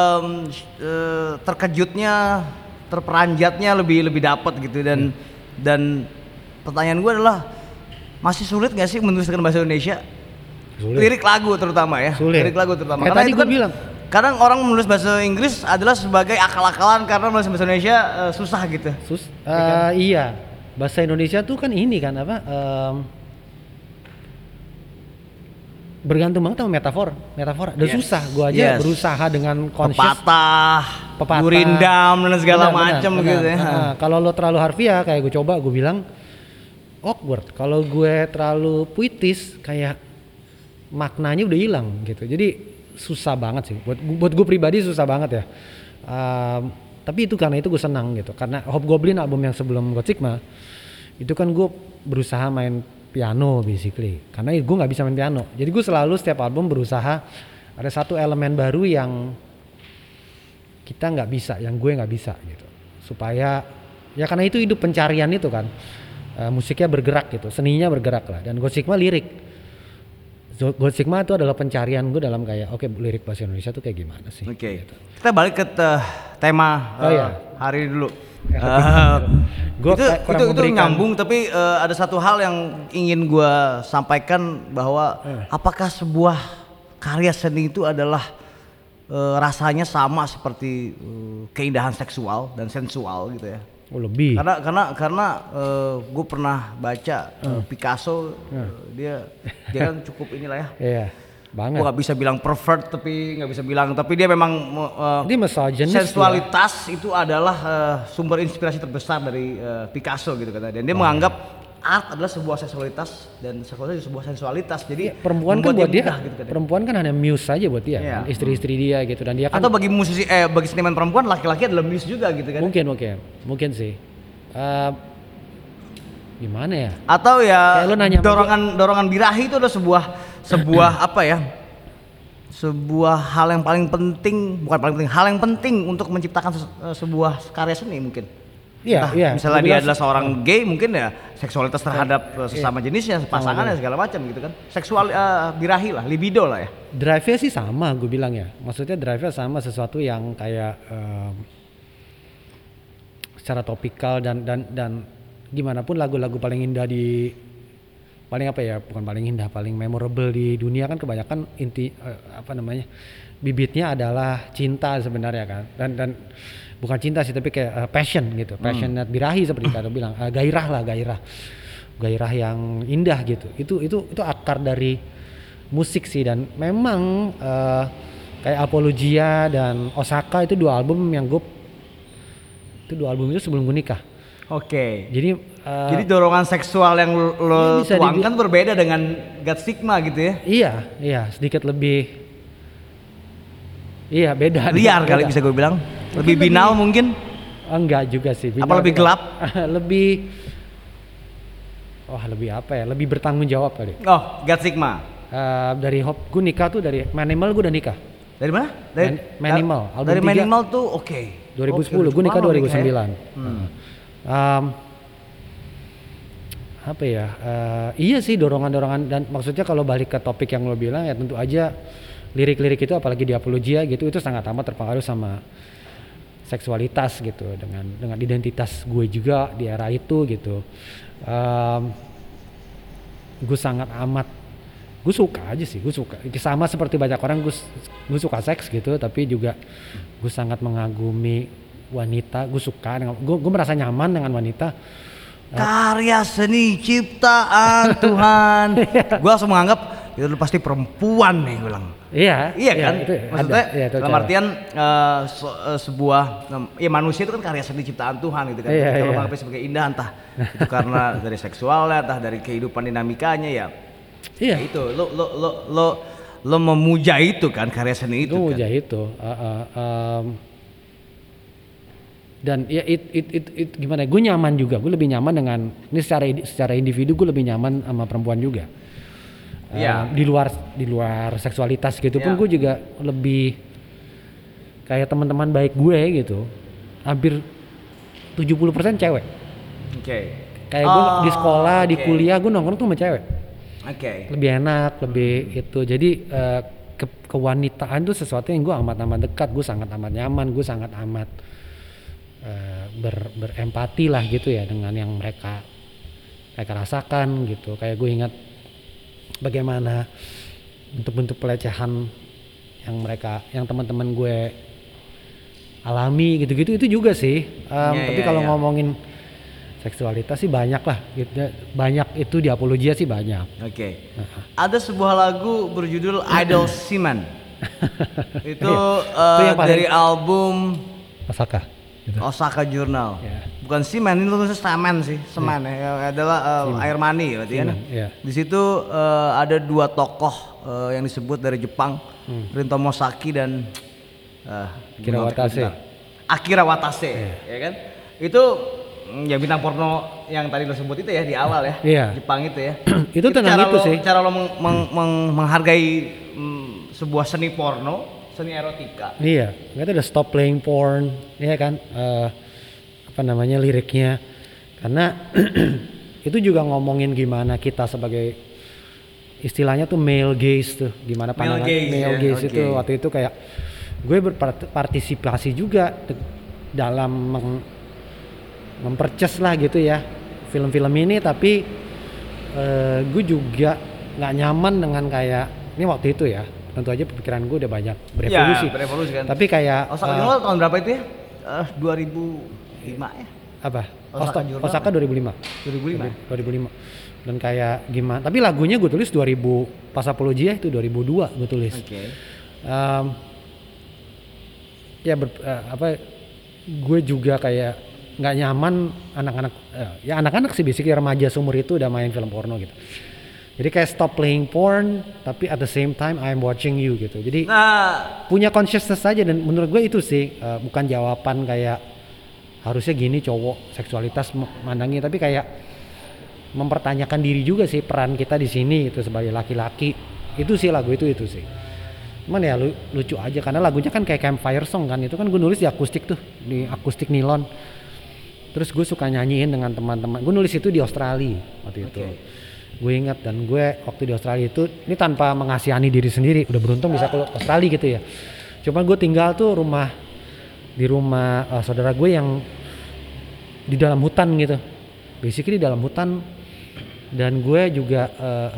terkejutnya, terperanjatnya lebih dapat gitu. Dan pertanyaan gue adalah, masih sulit nggak sih menuliskan bahasa Indonesia? Sulit. Lirik lagu terutama ya. Sulit. Lirik lagu terutama. Kayak Karena tadi itu gue kan bilang. kadang orang menulis bahasa Inggris adalah sebagai akal-akalan karena menulis bahasa Indonesia susah gitu. Iya, bahasa Indonesia tuh kan ini kan apa? Bergantung banget sama metafora. Udah susah. Gue aja berusaha dengan conscious. Pepatah, Pepatah. gurindam dan segala Benar, macam gitu ya. Kalau lo terlalu harfiah kayak gue coba, gue bilang awkward. Kalau gue terlalu puitis kayak maknanya udah hilang gitu. Jadi susah banget sih. Buat gue pribadi susah banget ya. Tapi itu karena itu gue senang gitu. Karena Hobgoblin album yang sebelum God Sigma itu kan gue berusaha main piano basically. Karena gue nggak bisa main piano. Jadi gue selalu setiap album berusaha ada satu elemen baru yang kita nggak bisa, yang gue nggak bisa gitu. Supaya ya karena itu hidup pencarian itu kan. Musiknya bergerak gitu, seninya bergerak lah. Dan God Sigma lirik. God Sigma itu adalah pencarian gue dalam kayak lirik bahasa Indonesia tuh kayak gimana sih? Oke. Kita balik ke tema hari ini dulu. Itu nyambung, tapi ada satu hal yang ingin gue sampaikan bahwa apakah sebuah karya seni itu adalah rasanya sama seperti keindahan seksual dan sensual gitu ya? Oh lebih. Karena gue pernah baca Picasso, dia kan cukup inilah ya. Iya, banget. Gue nggak bisa bilang pervert, tapi dia memang Dia misoginis. sensualitas itu adalah sumber inspirasi terbesar dari Picasso gitu kan. Dan dia menganggap art adalah sebuah seksualitas dan seksualitas sebuah sensualitas. Jadi perempuan kan buat dia, gitu kan. perempuan kan hanya muse saja buat dia, Iya. kan? Istri-istri dia gitu, dan dia kan. Atau bagi bagi seniman perempuan, laki-laki adalah muse juga gitu kan. Mungkin sih. Gimana ya? Atau ya Kayak lu nanya sama dorongan birahi itu adalah sebuah apa ya? Sebuah hal yang paling penting, bukan paling penting, hal yang penting untuk menciptakan sebuah karya seni mungkin. Iya. Misalnya dia adalah seorang gay, mungkin ya seksualitas terhadap sesama jenisnya, pasangannya segala macam gitu kan. Seksual birahi lah, libido lah ya. Drive-nya sih sama, gue bilang ya. Maksudnya drive-nya sama, sesuatu yang kayak secara topikal dan gimana pun lagu-lagu paling indah paling memorable di dunia kan kebanyakan bibitnya adalah cinta sebenarnya kan. Dan bukan cinta sih, tapi kayak passion gitu, passionate birahi seperti kata bilang, gairah yang indah gitu. Itu akar dari musik sih. Dan memang kayak Apologia dan Osaka itu dua album itu sebelum gue nikah. Oke. Jadi dorongan seksual yang lo bisa tuangkan berbeda dengan God Sigma gitu ya. Iya, sedikit lebih. Iya, beda. Liar beda. kali bisa gue bilang. Lebih binal mungkin. Enggak juga sih. Apa lebih gelap? lebih apa ya? Lebih bertanggung jawab kali. Oh, God Sigma. Dari gue nikah tuh dari Manimal, gue udah nikah. Dari mana? Manimal. Album Dari 3, Manimal tuh oke. 2010. Gue nikah 2009. Apa ya? Iya sih, dorongan-dorongan. Dan maksudnya kalau balik ke topik yang lo bilang ya, tentu aja lirik-lirik itu apalagi di Apologia gitu, itu sangat amat terpengaruh sama seksualitas gitu, dengan identitas gue juga di era itu gitu. Gue sangat amat, gue suka aja sih, gue suka sama seperti banyak orang, gue suka seks gitu, tapi juga gue sangat mengagumi wanita. Gue suka gue merasa nyaman dengan wanita. Karya seni ciptaan Tuhan. Gue langsung menganggap itu pasti perempuan nih, gue bilang. Iya Kan? Itu maksudnya ada, dalam artian sebuah ya manusia itu kan karya seni ciptaan Tuhan gitu kan. Kalau menganggapnya sebagai indah, entah itu karena dari seksualnya, entah dari kehidupan dinamikanya ya. Iya. Itu lo memuja itu kan, karya seni itu Gue kan. memuja itu. Dan ya gimana? Gue nyaman juga. Gue lebih nyaman dengan ini secara individu gue lebih nyaman sama perempuan juga. Iya. Di luar seksualitas gitu pun Iya. gue juga lebih kayak teman-teman baik gue gitu. Hampir 70% cewek. Oke. Kayak gue di sekolah, di oke. kuliah gue nongkrong tuh sama cewek. Oke. Lebih enak, lebih itu. Jadi kewanitaan tuh sesuatu yang gue amat dekat. Gue sangat amat nyaman. Gue sangat amat berempati lah gitu ya dengan yang mereka rasakan gitu. Kayak gue ingat bagaimana bentuk-bentuk pelecehan yang teman-teman gue alami gitu-gitu itu juga sih. Tapi kalau ngomongin seksualitas sih banyak lah gitu. Banyak itu di Apologia sih banyak. Oke. Ada sebuah lagu berjudul Idol Seaman. Itu yang paling- dari album Osaka gitu. Osaka Journal. Ya. Bukan seaman, ini tulisnya semen sih, semen ya. Adalah air mani berarti kan. Seaman, ya. Di situ ada dua tokoh yang disebut dari Jepang, Rin Tomosaki dan Akira Watase. Akira Watase, ya kan? Itu ya bintang porno yang tadi lo sebut itu ya di awal ya. Iya. Jepang itu ya. Itu tentang itu sih. Cara lo menghargai sebuah seni porno, seni erotika. Iya, itu ada Stop Playing Porn, ya kan? Apa namanya liriknya? Karena itu juga ngomongin gimana kita sebagai istilahnya tuh male gaze tuh, gimana pandangan male gaze ya, itu oke. waktu itu kayak gue berpartisipasi juga dalam memperces lah gitu ya film-film ini, tapi gue juga nggak nyaman dengan kayak ini waktu itu ya. Tentu aja pikiran gue udah banyak berevolusi. Ya, berevolusi kan. Tapi kayak Osaka Journal tahun berapa itu ya? 2005 ya? apa? Osaka Journal. Osaka 2005. 2005. 2005. Dan kayak gimana? Tapi lagunya gue tulis 2000 pas Apologia itu 2002 gue tulis. Oke. Gue juga kayak nggak nyaman anak-anak ya anak-anak sih basically remaja seumur itu udah main film porno gitu. Jadi kayak stop playing porn tapi at the same time I'm watching you gitu. Jadi punya consciousness aja, dan menurut gue itu sih bukan jawaban kayak harusnya gini cowok seksualitas mandangi, tapi kayak mempertanyakan diri juga sih peran kita di sini itu sebagai laki-laki. Itu sih lagu itu sih. Cuman ya lucu aja karena lagunya kan kayak campfire song kan, itu kan gue nulis di akustik tuh, di akustik nilon. Terus gue suka nyanyiin dengan teman-teman. Gue nulis itu di Australia waktu itu. Gue ingat, dan gue waktu di Australia itu ini tanpa mengasihani diri sendiri, udah beruntung bisa ke Australia gitu ya. Cuman gue tinggal tuh di rumah saudara gue yang di dalam hutan gitu, basically di dalam hutan, dan gue juga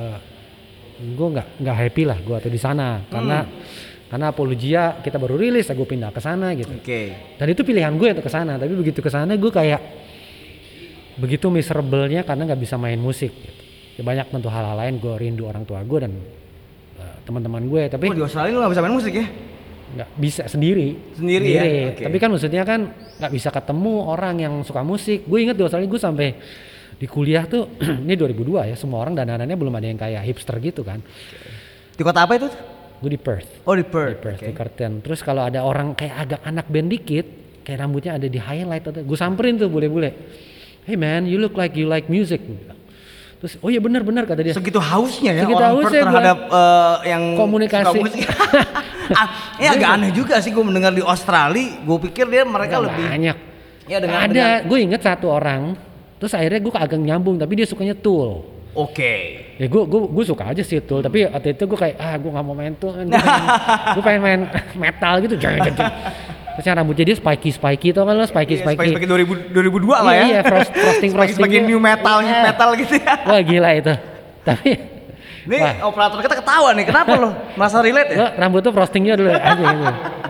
gue nggak happy lah gue tuh di sana karena Apologia kita baru rilis, gue pindah ke sana gitu. Dan itu pilihan gue untuk ke sana, tapi begitu ke sana gue kayak begitu miserable-nya karena nggak bisa main musik. Gitu. Ya banyak tentu hal-hal lain, gue rindu orang tua gue dan teman-teman gue, tapi di Australia lu gak bisa main musik ya? nggak bisa sendiri ya? Okay. Tapi kan maksudnya kan nggak bisa ketemu orang yang suka musik. Gue inget di Australia gue sampai di kuliah tuh ini 2002 ya, semua orang dandanannya belum ada yang kayak hipster gitu kan. Di kota apa itu? Gue di Perth. Oh di Perth. Di Curtin. Terus kalau ada orang kayak agak anak band dikit, kayak rambutnya ada di highlight atau gue samperin tuh bule-bule. Hey man, you look like you like music. Terus oh iya benar kata dia. Segitu hausnya ya Segitu orang hausnya Perth terhadap yang komunikasi. suka musik. Ini agak aneh juga sih gue mendengar di Australia. Gue pikir mereka lebih banyak. Ya dengan Gue inget satu orang. Terus akhirnya gue agak nyambung, tapi dia sukanya Tool. Oke. Ya gue suka aja sih Tool, tapi waktu itu gue kayak gue nggak mau main Tool, gue pengen main metal gitu. Terus yang rambutnya dia spiky tau kan lo, spiky 2002 lah ya. Iya, frosting new metal gitu ya. Wah gila itu. Tapi nih operator kita ketawa nih, kenapa lo merasa relate ya? lo rambut tuh frostingnya dulu aja gitu.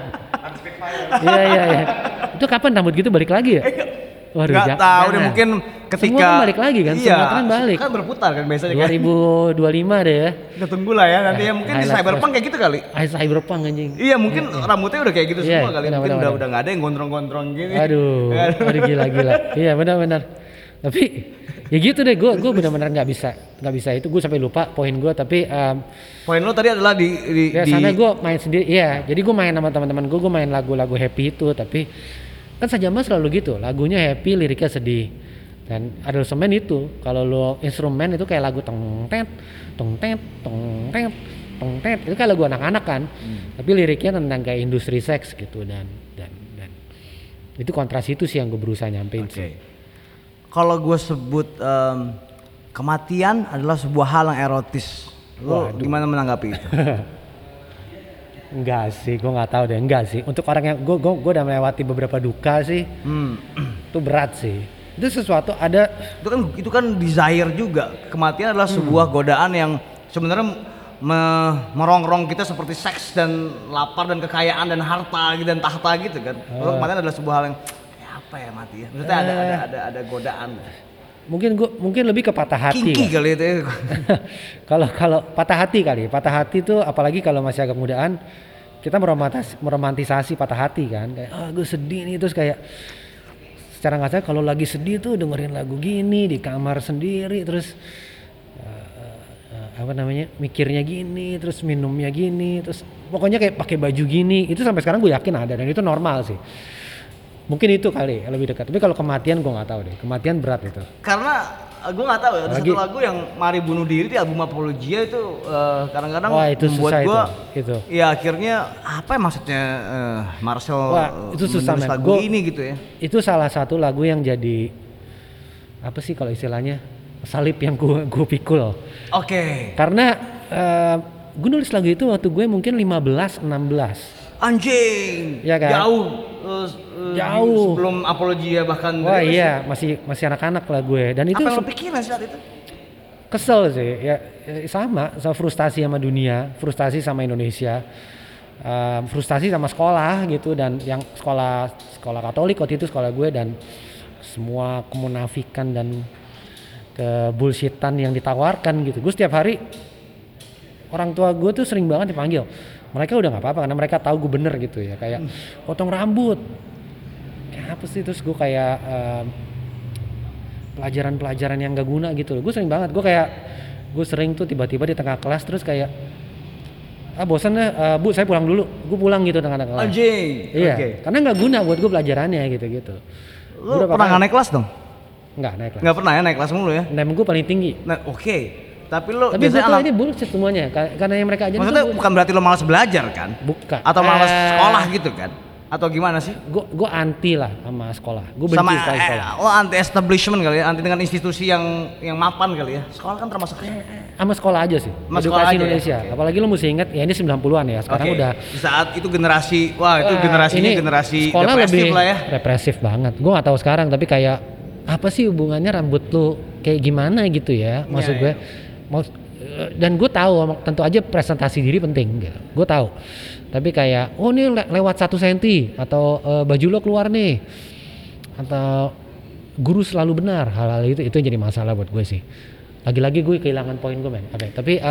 Iya. Itu kapan rambut gitu balik lagi ya? Waduh, nggak tahu deh, mungkin ketika semua kan balik lagi kan, iya, semua kan balik. Kan berputar kan biasanya 2025 deh ya. Kita tunggu lah ya nanti ya, mungkin di Cyberpunk kayak gitu kali. Cyberpunk anjing. Iya mungkin rambutnya udah kayak gitu semua kali. Benar, Mungkin benar. udah nggak ada yang gondrong-gondrong gini. Aduh gila. Iya benar. Tapi ya gitu deh, gue benar-benar nggak bisa itu, gue sampai lupa poin gue. Tapi Poin lo tadi adalah ya sana gue main sendiri, iya. Jadi gue main sama teman-teman gue main lagu-lagu happy itu. Tapi kan Sajama selalu gitu, lagunya happy, liriknya sedih. Dan aransemen itu, kalau lo instrumen itu kayak lagu tong tet, tong tet, tong tet, tong tet, itu kayak lagu anak-anak kan. Tapi liriknya tentang kayak industri seks gitu dan itu kontras itu sih yang gue berusaha nyampein sih. Kalau gue sebut kematian adalah sebuah hal yang erotis, lo gimana menanggapi itu? Enggak sih, gue nggak tahu deh, enggak sih. Untuk orang yang gue udah melewati beberapa duka sih, itu berat sih. Itu sesuatu ada. Itu kan desire juga. Kematian adalah sebuah godaan yang sebenarnya merongrong kita seperti seks dan lapar dan kekayaan dan harta dan tahta gitu kan. Kalau kematian adalah sebuah hal yang apa ya mati ya. Maksudnya ada godaan. Mungkin lebih ke patah hati. Kinky kali itu. Kalau patah hati kali. Patah hati tuh apalagi kalau masih agak mudaan, kita meromantisasi patah hati kan. Kayak gue sedih nih, terus kayak secara nggak sadar kalau lagi sedih tuh dengerin lagu gini di kamar sendiri, terus mikirnya gini, terus minumnya gini, terus pokoknya kayak pakai baju gini. Itu sampai sekarang gue yakin ada dan itu normal sih. Mungkin itu kali lebih dekat. Tapi kalau kematian gue nggak tahu deh. Kematian berat itu. Karena gue nggak tahu ya. Ada satu lagu yang Mari Bunuh Diri di album Apologia itu kadang-kadang membuat gue. Itu. Ya akhirnya apa ya maksudnya Marcel itu susah lagu ini gitu ya. Itu salah satu lagu yang jadi apa sih kalau istilahnya salib yang gue pikul. Oke. Karena gue nulis lagu itu waktu gue mungkin 15-16. Anjing. Ya kan? Jauh sebelum Apologia bahkan. Wah iya, masih anak-anak lah gue. Dan itu apa yang lo pikirin saat itu? Kesel sih, ya sama frustasi sama dunia, frustasi sama Indonesia, frustasi sama sekolah gitu. Dan yang sekolah Katolik waktu itu sekolah gue, dan semua kemunafikan dan kebullshitan yang ditawarkan gitu. Gue setiap hari orang tua gue tuh sering banget dipanggil. Mereka udah nggak apa-apa karena mereka tahu gue bener gitu ya, kayak potong rambut, kayak apa sih, terus gue kayak pelajaran yang gak guna gitu. Gue sering banget, gue sering tuh tiba-tiba di tengah kelas terus kayak bosan ya, bu saya pulang dulu, gue pulang gitu tengah kelas. Anjing. Iya, karena nggak guna buat gue pelajarannya gitu. Lu pernah nggak naik kelas dong? Nggak naik kelas. Nggak pernah ya naik kelas mulu ya? Name gue paling tinggi. Nah, Tapi biasanya ini bullshit semuanya, karena yang mereka ajarin. Maksudnya bukan berarti lo malas belajar kan? Bukan. Atau malas sekolah gitu kan? Atau gimana sih? Gue anti lah sama sekolah. Gue benci sekali sekolah. Lo anti establishment kali ya, anti dengan institusi yang mapan kali ya. Sekolah kan termasuk sama sekolah aja sih. Edukasi Indonesia. Ya? Apalagi lo mesti ingat ya ini 90-an ya. Sekarang udah di saat itu generasi, itu generasi sekolah represif lebih lah ya. Represif banget. Gue nggak tahu sekarang, tapi kayak apa sih hubungannya rambut lo kayak gimana gitu ya? Maksud gue dan gue tahu tentu aja presentasi diri penting gitu. Gue tahu. Tapi kayak ini lewat 1 senti atau baju lo keluar nih, atau guru selalu benar, hal-hal itu yang jadi masalah buat gue sih. Lagi-lagi gue kehilangan poin gue men. Tapi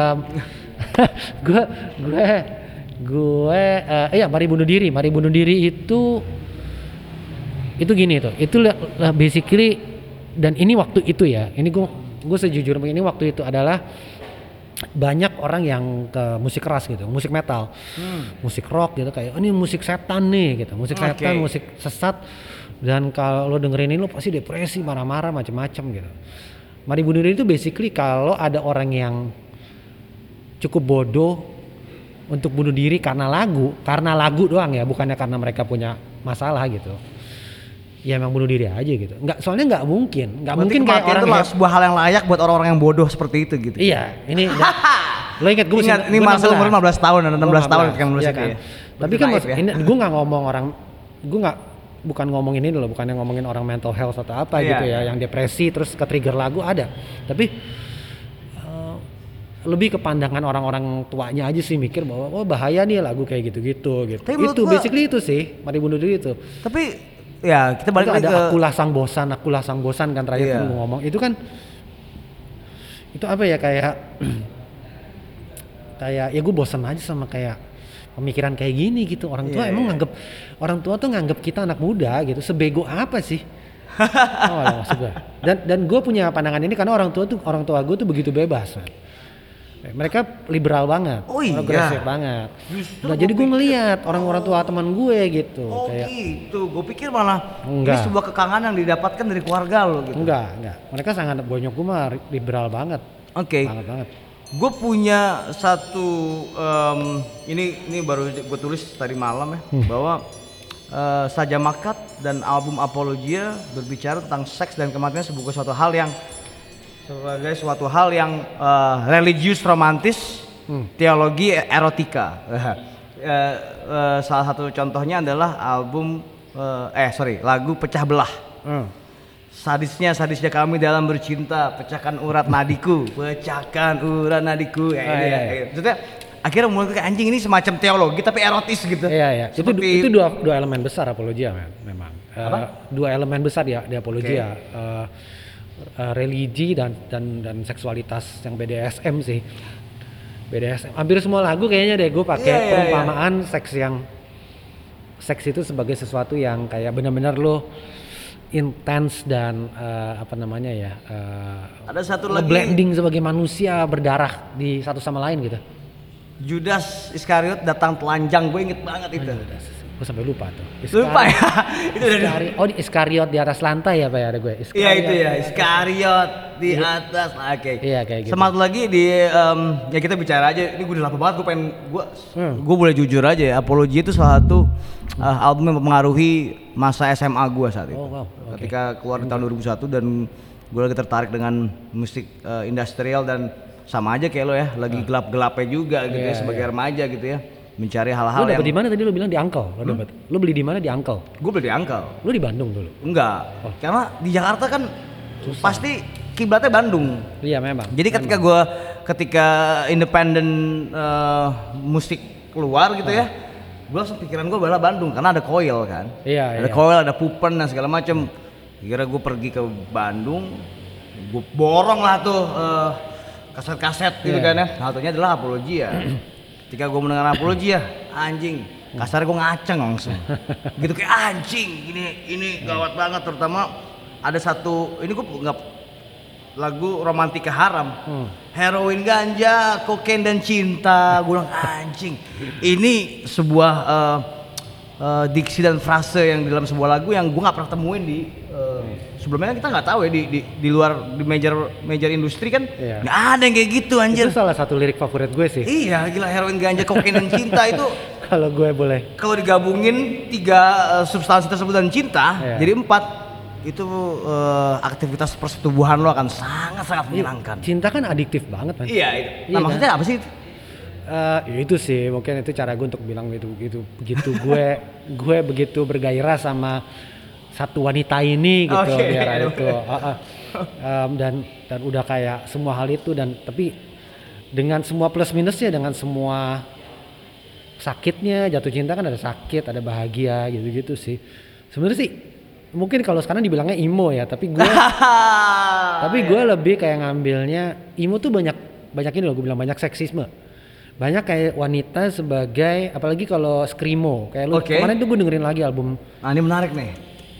Mari Bunuh Diri itu gini tuh. Itu basically, dan ini waktu itu ya. Ini gue sejujurnya ini waktu itu adalah banyak orang yang ke musik keras gitu, musik metal, musik rock gitu, kayak ini musik setan nih gitu, musik setan, musik sesat. Dan kalau lo dengerin ini lo pasti depresi, marah-marah, macam-macam gitu. Mari Bunuh Diri itu basically kalau ada orang yang cukup bodoh untuk bunuh diri karena lagu doang ya, bukannya karena mereka punya masalah gitu. Ya emang bunuh diri aja gitu. Soalnya nggak mungkin kayak orang itu sebuah hal yang layak buat orang-orang yang bodoh seperti itu gitu. Iya, ini lo ingat gue ini Marcel umur 15 tahun dan 16 tahun kan iya kan. Tapi kan ini gue nggak ngomong orang, bukan ngomongin ini loh, bukan yang ngomongin orang mental health atau apa gitu ya, yang depresi terus ke trigger lagu ada. Tapi lebih ke pandangan orang-orang tuanya aja sih, mikir bahwa bahaya nih lagu kayak gitu. Itu basically itu sih, Mari Bunuh Diri itu. Tapi ya kita balik lagi ke akulah sang bosan kan terakhir gue ngomong itu kan, itu apa ya, kayak ya gue bosan aja sama kayak pemikiran kayak gini gitu. Orang tua emang orang tua tuh nganggap kita anak muda gitu, sebego apa sih? Oh, maksud gue. Dan gue punya pandangan ini karena orang tua gue tuh begitu bebas. Man. Mereka liberal banget, Oh iya? progresif banget. Justru Nah, gua jadi gue pikir- ngelihat orang tua teman gue gitu. Oh kayak gitu, gue pikir malah Enggak. ini sebuah kekangan yang didapatkan dari keluarga lo gitu. enggak. Mereka sangat bonyok gue mah liberal banget. Oke. Banget. Gue punya satu ini baru gue tulis tadi malam ya bahwa Saja Makat dan album Apologia berbicara tentang seks dan kematian sebagai suatu hal yang religius romantis, teologi erotika. Salah satu contohnya adalah lagu Pecah Belah. Sadisnya kami dalam bercinta, pecahkan urat nadiku. Maksudnya akhirnya mulai kayak anjing ini semacam teologi tapi erotis gitu. Iya. Seperti- Itu dua elemen besar Apologia memang. Dua elemen besar di Apologia. Religi dan seksualitas yang BDSM sih. BDSM. Hampir semua lagu kayaknya deh gue pakai Iya. perumpamaan seks itu sebagai sesuatu yang kayak benar-benar lo intens dan Ada satu lagi, blending sebagai manusia berdarah di satu sama lain gitu. Judas Iskariot datang telanjang, gue inget banget itu. Gue sampai lupa tuh. Lupa ya. Itu udah Iskariot di atas lantai ya Pak ya ada gue. Iya itu ya, Iskariot di atas. Oke. Iya kayak gitu. Semangat lagi di ya kita bicara aja. Ini gue udah lama banget gue boleh jujur aja ya. Apology itu salah satu album yang mempengaruhi masa SMA gue saat itu. Oh, wow. Oke. Ketika keluar di tahun 2001 dan gue lagi tertarik dengan musik industrial dan sama aja kayak lo ya, lagi gelap-gelapnya juga gitu ya sebagai remaja gitu ya. Mencari hal-hal Lu yang dapet di mana tadi lu bilang di Uncle? Lu beli di mana di Uncle? gue beli di Angkel. Lu di Bandung dulu. Enggak, karena di Jakarta kan pasti kiblatnya Bandung. Iya memang. Jadi ketika independen musik keluar gitu ya, gue langsung pikiran gue adalah Bandung karena ada Coil kan. Iya. Ada Coil, ada Pupen dan segala macam. Kira gue pergi ke Bandung, gue borong lah tuh kaset-kaset gitu kan ya. Salah satunya adalah Apologia. Ketika gue mendengar Apologia, anjing, kasar gue ngaceng langsung. Gitu kayak anjing, ini gawat banget. Terutama ada satu, ini gue nggak lagu Romantika Haram, heroin, ganja, kokain dan cinta. Gue bilang anjing, ini sebuah diksi dan frase yang di dalam sebuah lagu yang gue nggak pernah temuin di sebelumnya. Kita nggak tahu ya di luar di major industri kan nggak ada yang kayak gitu anjir. Itu salah satu lirik favorit gue sih. Iya gila, heroin, ganja, kokain dan cinta itu Kalau gue boleh. kalau digabungin 3 substansi tersebut dan cinta jadi 4, itu aktivitas persetubuhan lo akan sangat menyenangkan. Cinta kan adiktif banget kan. Iya itu. Iya, Nah maksudnya apa sih? Ya itu sih mungkin itu cara gue untuk bilang begitu gue begitu bergairah sama satu wanita ini gitu Oke. biar itu dan udah kayak semua hal itu dan tapi dengan semua plus minusnya, dengan semua sakitnya, jatuh cinta kan ada sakit, ada bahagia gitu sih. Sebenarnya sih mungkin kalau sekarang dibilangnya emo ya, tapi gue lebih kayak ngambilnya emo tuh banyak ini loh, gue bilang banyak seksisme. Banyak kayak wanita sebagai, apalagi kalau screamo kayak lu kemarin tuh gue dengerin lagi album. Nah ini menarik nih.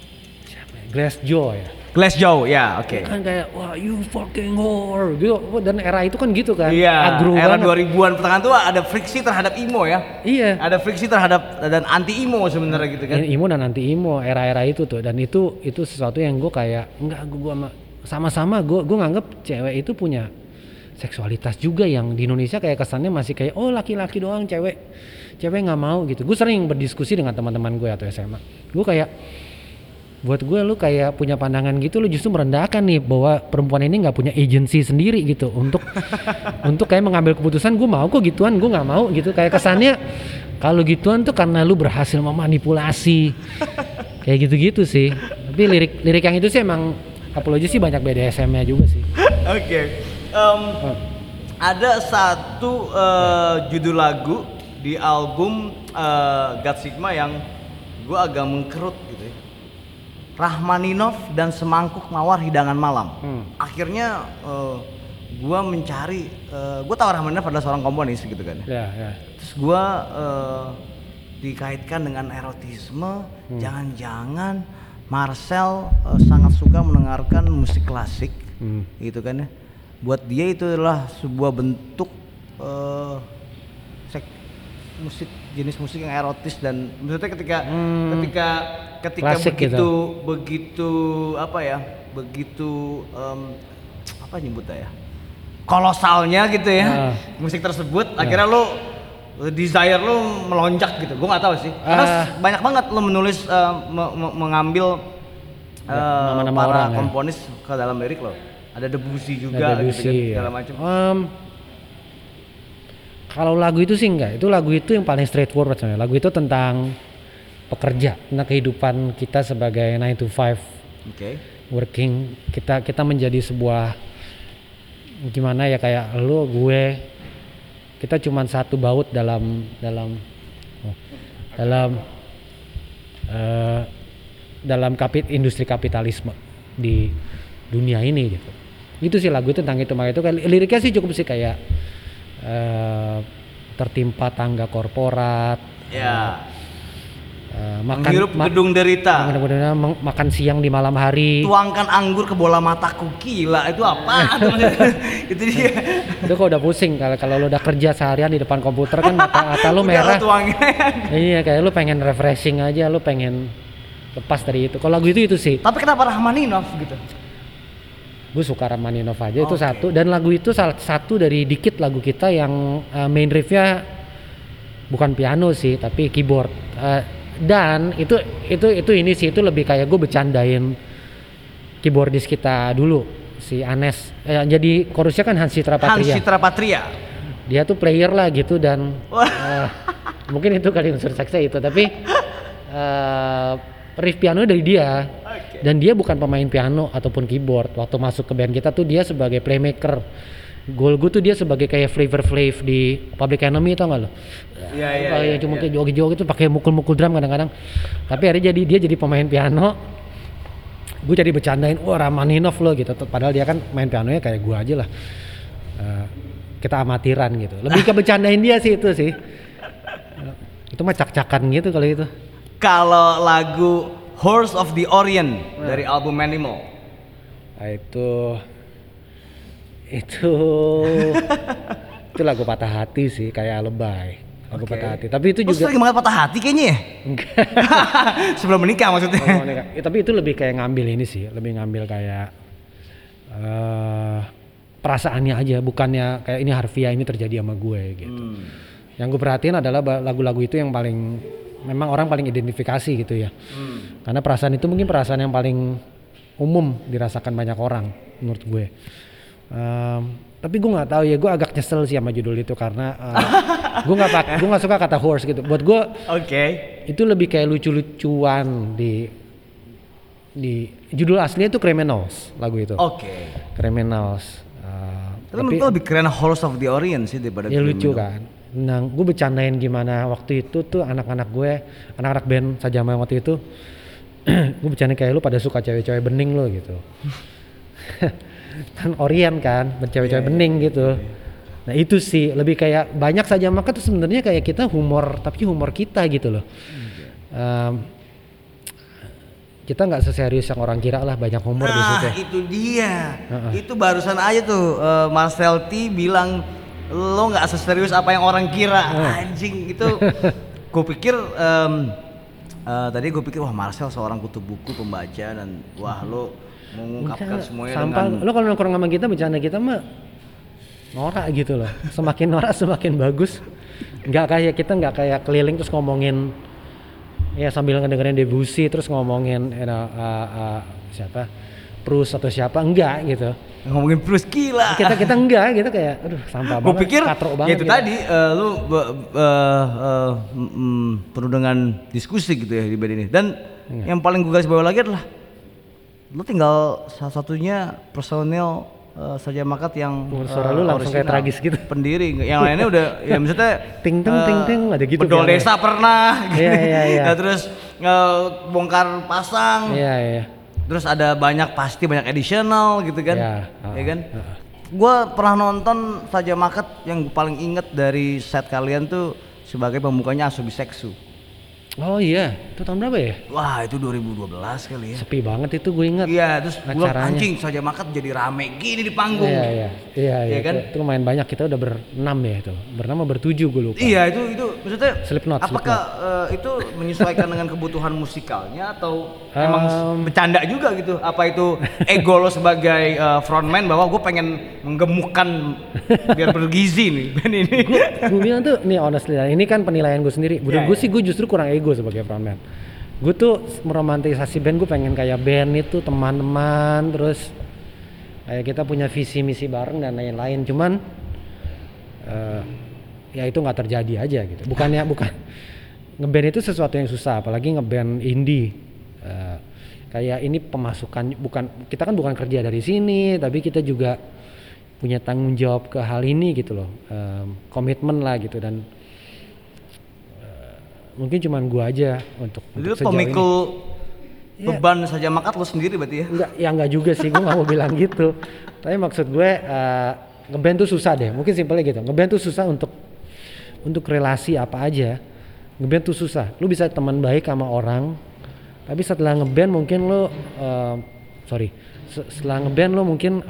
Glassjaw ya. Glassjaw ya, oke. Kan kayak wah you fucking whore gitu, dan era itu kan gitu kan. Iya, agro era banget. 2000-an pertengahan tuh ada friksi terhadap emo ya. Iya. Ada friksi terhadap dan anti emo sebenarnya gitu kan. Emo dan anti emo era-era itu tuh, dan itu sesuatu yang gue kayak enggak, gue sama-sama gue nganggep cewek itu punya seksualitas juga yang di Indonesia kayak kesannya masih kayak oh laki-laki doang, cewek nggak mau gitu. Gue sering berdiskusi dengan teman-teman gue atau SMA. Gue kayak buat gue lu kayak punya pandangan gitu, lu justru merendahkan nih bahwa perempuan ini nggak punya agency sendiri gitu untuk kayak mengambil keputusan. Gue mau kok gituan, gue nggak mau gitu, kayak kesannya kalau gituan tuh karena lu berhasil memanipulasi kayak gitu sih. Tapi lirik yang itu sih emang Apology sih banyak BDSM-nya juga sih. Oke. Ada satu judul lagu di album God Sigma yang gue agak mengkerut gitu ya. Rahmaninov dan Semangkuk Mawar Hidangan Malam. Akhirnya gue mencari, gue tahu Rahmaninov adalah seorang komponis gitu kan. Ya. Terus gue dikaitkan dengan erotisme, jangan-jangan Marcel sangat suka mendengarkan musik klasik, gitu kan ya. Buat dia itu adalah sebuah bentuk musik, jenis musik yang erotis, dan maksudnya ketika Klasik begitu apa ya, begitu apa nyebutnya ya, kolosalnya gitu ya, musik tersebut akhirnya lo desire lo melonjak gitu. Gue nggak tahu sih, karena banyak banget lo menulis mengambil nama-nama para orang, komponis ke dalam lirik lo. Ada Debussy juga, gitu kan, segala macam. Kalau lagu itu sih enggak, itu lagu itu yang paling straightforward sebenarnya. Lagu itu tentang pekerja, tentang kehidupan kita sebagai 9 to 5 working. Kita menjadi sebuah, gimana ya, kayak lo, gue, kita cuman satu baut dalam industri kapitalisme di dunia ini gitu. Itu sih lagu itu tentang itu. Makanya itu liriknya sih cukup sih kayak tertimpa tangga korporat, menghirup gedung derita, makan siang di malam hari, tuangkan anggur ke bola mataku. Gila, itu apa? Itu dia. Itu kok udah pusing kalau lo udah kerja seharian di depan komputer kan mata lo merah. Iya, kayak lo pengen refreshing aja, lo pengen lepas dari itu. Kalau lagu itu sih. Tapi kenapa Rachmaninov gitu? Gue suka Rachmaninov aja, itu satu. Dan lagu itu salah satu dari dikit lagu kita yang main riffnya bukan piano sih, tapi keyboard. Dan itu ini sih, itu lebih kayak gue bercandain keyboardis kita dulu, si Anes. Jadi chorusnya kan Hans Citra Patria. Dia tuh player lah gitu, dan mungkin itu kali unsur seksnya itu, tapi riff piano dari dia. Dan dia bukan pemain piano ataupun keyboard. Waktu masuk ke band kita tuh dia sebagai playmaker. Goal gue tuh dia sebagai kayak Flavor Flav di Public Enemy, tau gak lo? Iya. Cuma kayak joget-joget itu pakai mukul-mukul drum kadang-kadang. Tapi akhirnya dia jadi pemain piano. Gue jadi bercandain, Rachmaninov lo gitu. Padahal dia kan main pianonya kayak gue aja lah. Kita amatiran gitu. Lebih ke bercandain dia sih itu sih. Itu mah cak-cakan gitu kalau itu. Kalau lagu Horse of the Orient dari album Manimal, itu lagu patah hati sih, kayak lebay. Lagu patah hati. Tapi itu juga lagi banget patah hati kayaknya ya? Enggak. Sebelum menikah maksudnya. Tapi itu lebih kayak ngambil ini sih, lebih ngambil kayak perasaannya aja, bukannya kayak ini harfiah ini terjadi sama gue gitu. Yang gue perhatiin adalah lagu-lagu itu yang paling, memang orang paling identifikasi gitu ya. Karena perasaan itu mungkin perasaan yang paling umum dirasakan banyak orang menurut gue. Tapi gue nggak tahu ya, gue agak nyesel sih sama judul itu karena gue nggak suka kata horse gitu. Buat gue itu lebih kayak lucu-lucuan di judul aslinya itu Criminals, lagu itu. Criminals. Tapi lebih keren Horse of the Orient sih daripada ya lucu kan. Nah, gue bercandain gimana waktu itu tuh anak-anak band Sajama waktu itu gue bercandain kayak lu pada suka cewek-cewek bening lo gitu. Kan Orient kan, cewek-cewek bening gitu. Nah itu sih lebih kayak banyak Sajama tuh sebenarnya kayak kita humor, tapi humor kita gitu loh. Kita nggak seserius yang orang kira lah, banyak humor di situ. Itu dia. Itu barusan aja tuh Marcel T bilang lo nggak seserius apa yang orang kira. Anjing itu. Gue pikir tadi gue pikir wah Marcel seorang kutub buku pembaca dan wah lo mengungkapkan semuanya dengan lo kalau nongkrong sama kita bercanda kita mah norak gitu loh. Semakin norak semakin bagus. Nggak kayak keliling terus ngomongin ya sambil ngedengerin Debussy terus ngomongin siapa Proust atau siapa, enggak gitu. Ngomongin Proust gila. Kita enggak gitu, kayak aduh sampah banget. Gue pikir banget, ya itu gitu. tadi lu penuh dengan diskusi gitu ya di band ini. Dan yang paling gue garis bawah lagi adalah lu tinggal salah satunya personil Saja Makat yang suara lu langsung kayak tragis gitu. Pendiri, yang lainnya udah ya maksudnya ting ting ada gitu. Bedol desa pernah. Iya. Nah, terus bongkar pasang. Iya. Terus ada pasti banyak additional gitu kan. Ya kan? Gua pernah nonton Saja Makat, yang paling inget dari set kalian tuh sebagai pembukanya Asobi Seksu. Oh iya, itu tahun berapa ya? Wah itu 2012 kali ya. Sepi banget itu gue inget. Iya terus gue Acaranya. anjing Saja Makat jadi rame gini di panggung. Iya Iya kan? Itu lumayan banyak, kita udah berenam ya itu. Berenam atau bertujuh gue lupa. Iya itu maksudnya Slipknot, apakah itu menyesuaikan dengan kebutuhan musikalnya atau emang bercanda juga gitu? Apa itu ego lo sebagai frontman bahwa gue pengen menggemukkan biar bergizi nih band ini? Gue bilang tuh, nih honestly, ini kan penilaian gue sendiri. Menurut gue sih gue justru kurang ego sebagai frontman. Gue tuh meromantisasi band, gue pengen kayak band itu teman-teman, terus kayak kita punya visi misi bareng dan lain-lain. Cuman ya itu nggak terjadi aja gitu. Bukan ngeband itu sesuatu yang susah, apalagi ngeband indie. Kayak ini pemasukan, kita kan bukan kerja dari sini, tapi kita juga punya tanggung jawab ke hal ini gitu loh, komitmen lah gitu. Dan mungkin cuman gua aja untuk sejauh pemikul ini. beban Saja Makat lo sendiri berarti ya? Enggak juga sih, gua nggak mau bilang gitu. Tapi maksud gue ngeband tuh susah deh, mungkin simpelnya gitu. Ngeband tuh susah untuk relasi apa aja. Ngeband tuh susah, lu bisa teman baik sama orang, tapi setelah ngeband mungkin lu setelah ngeband lu mungkin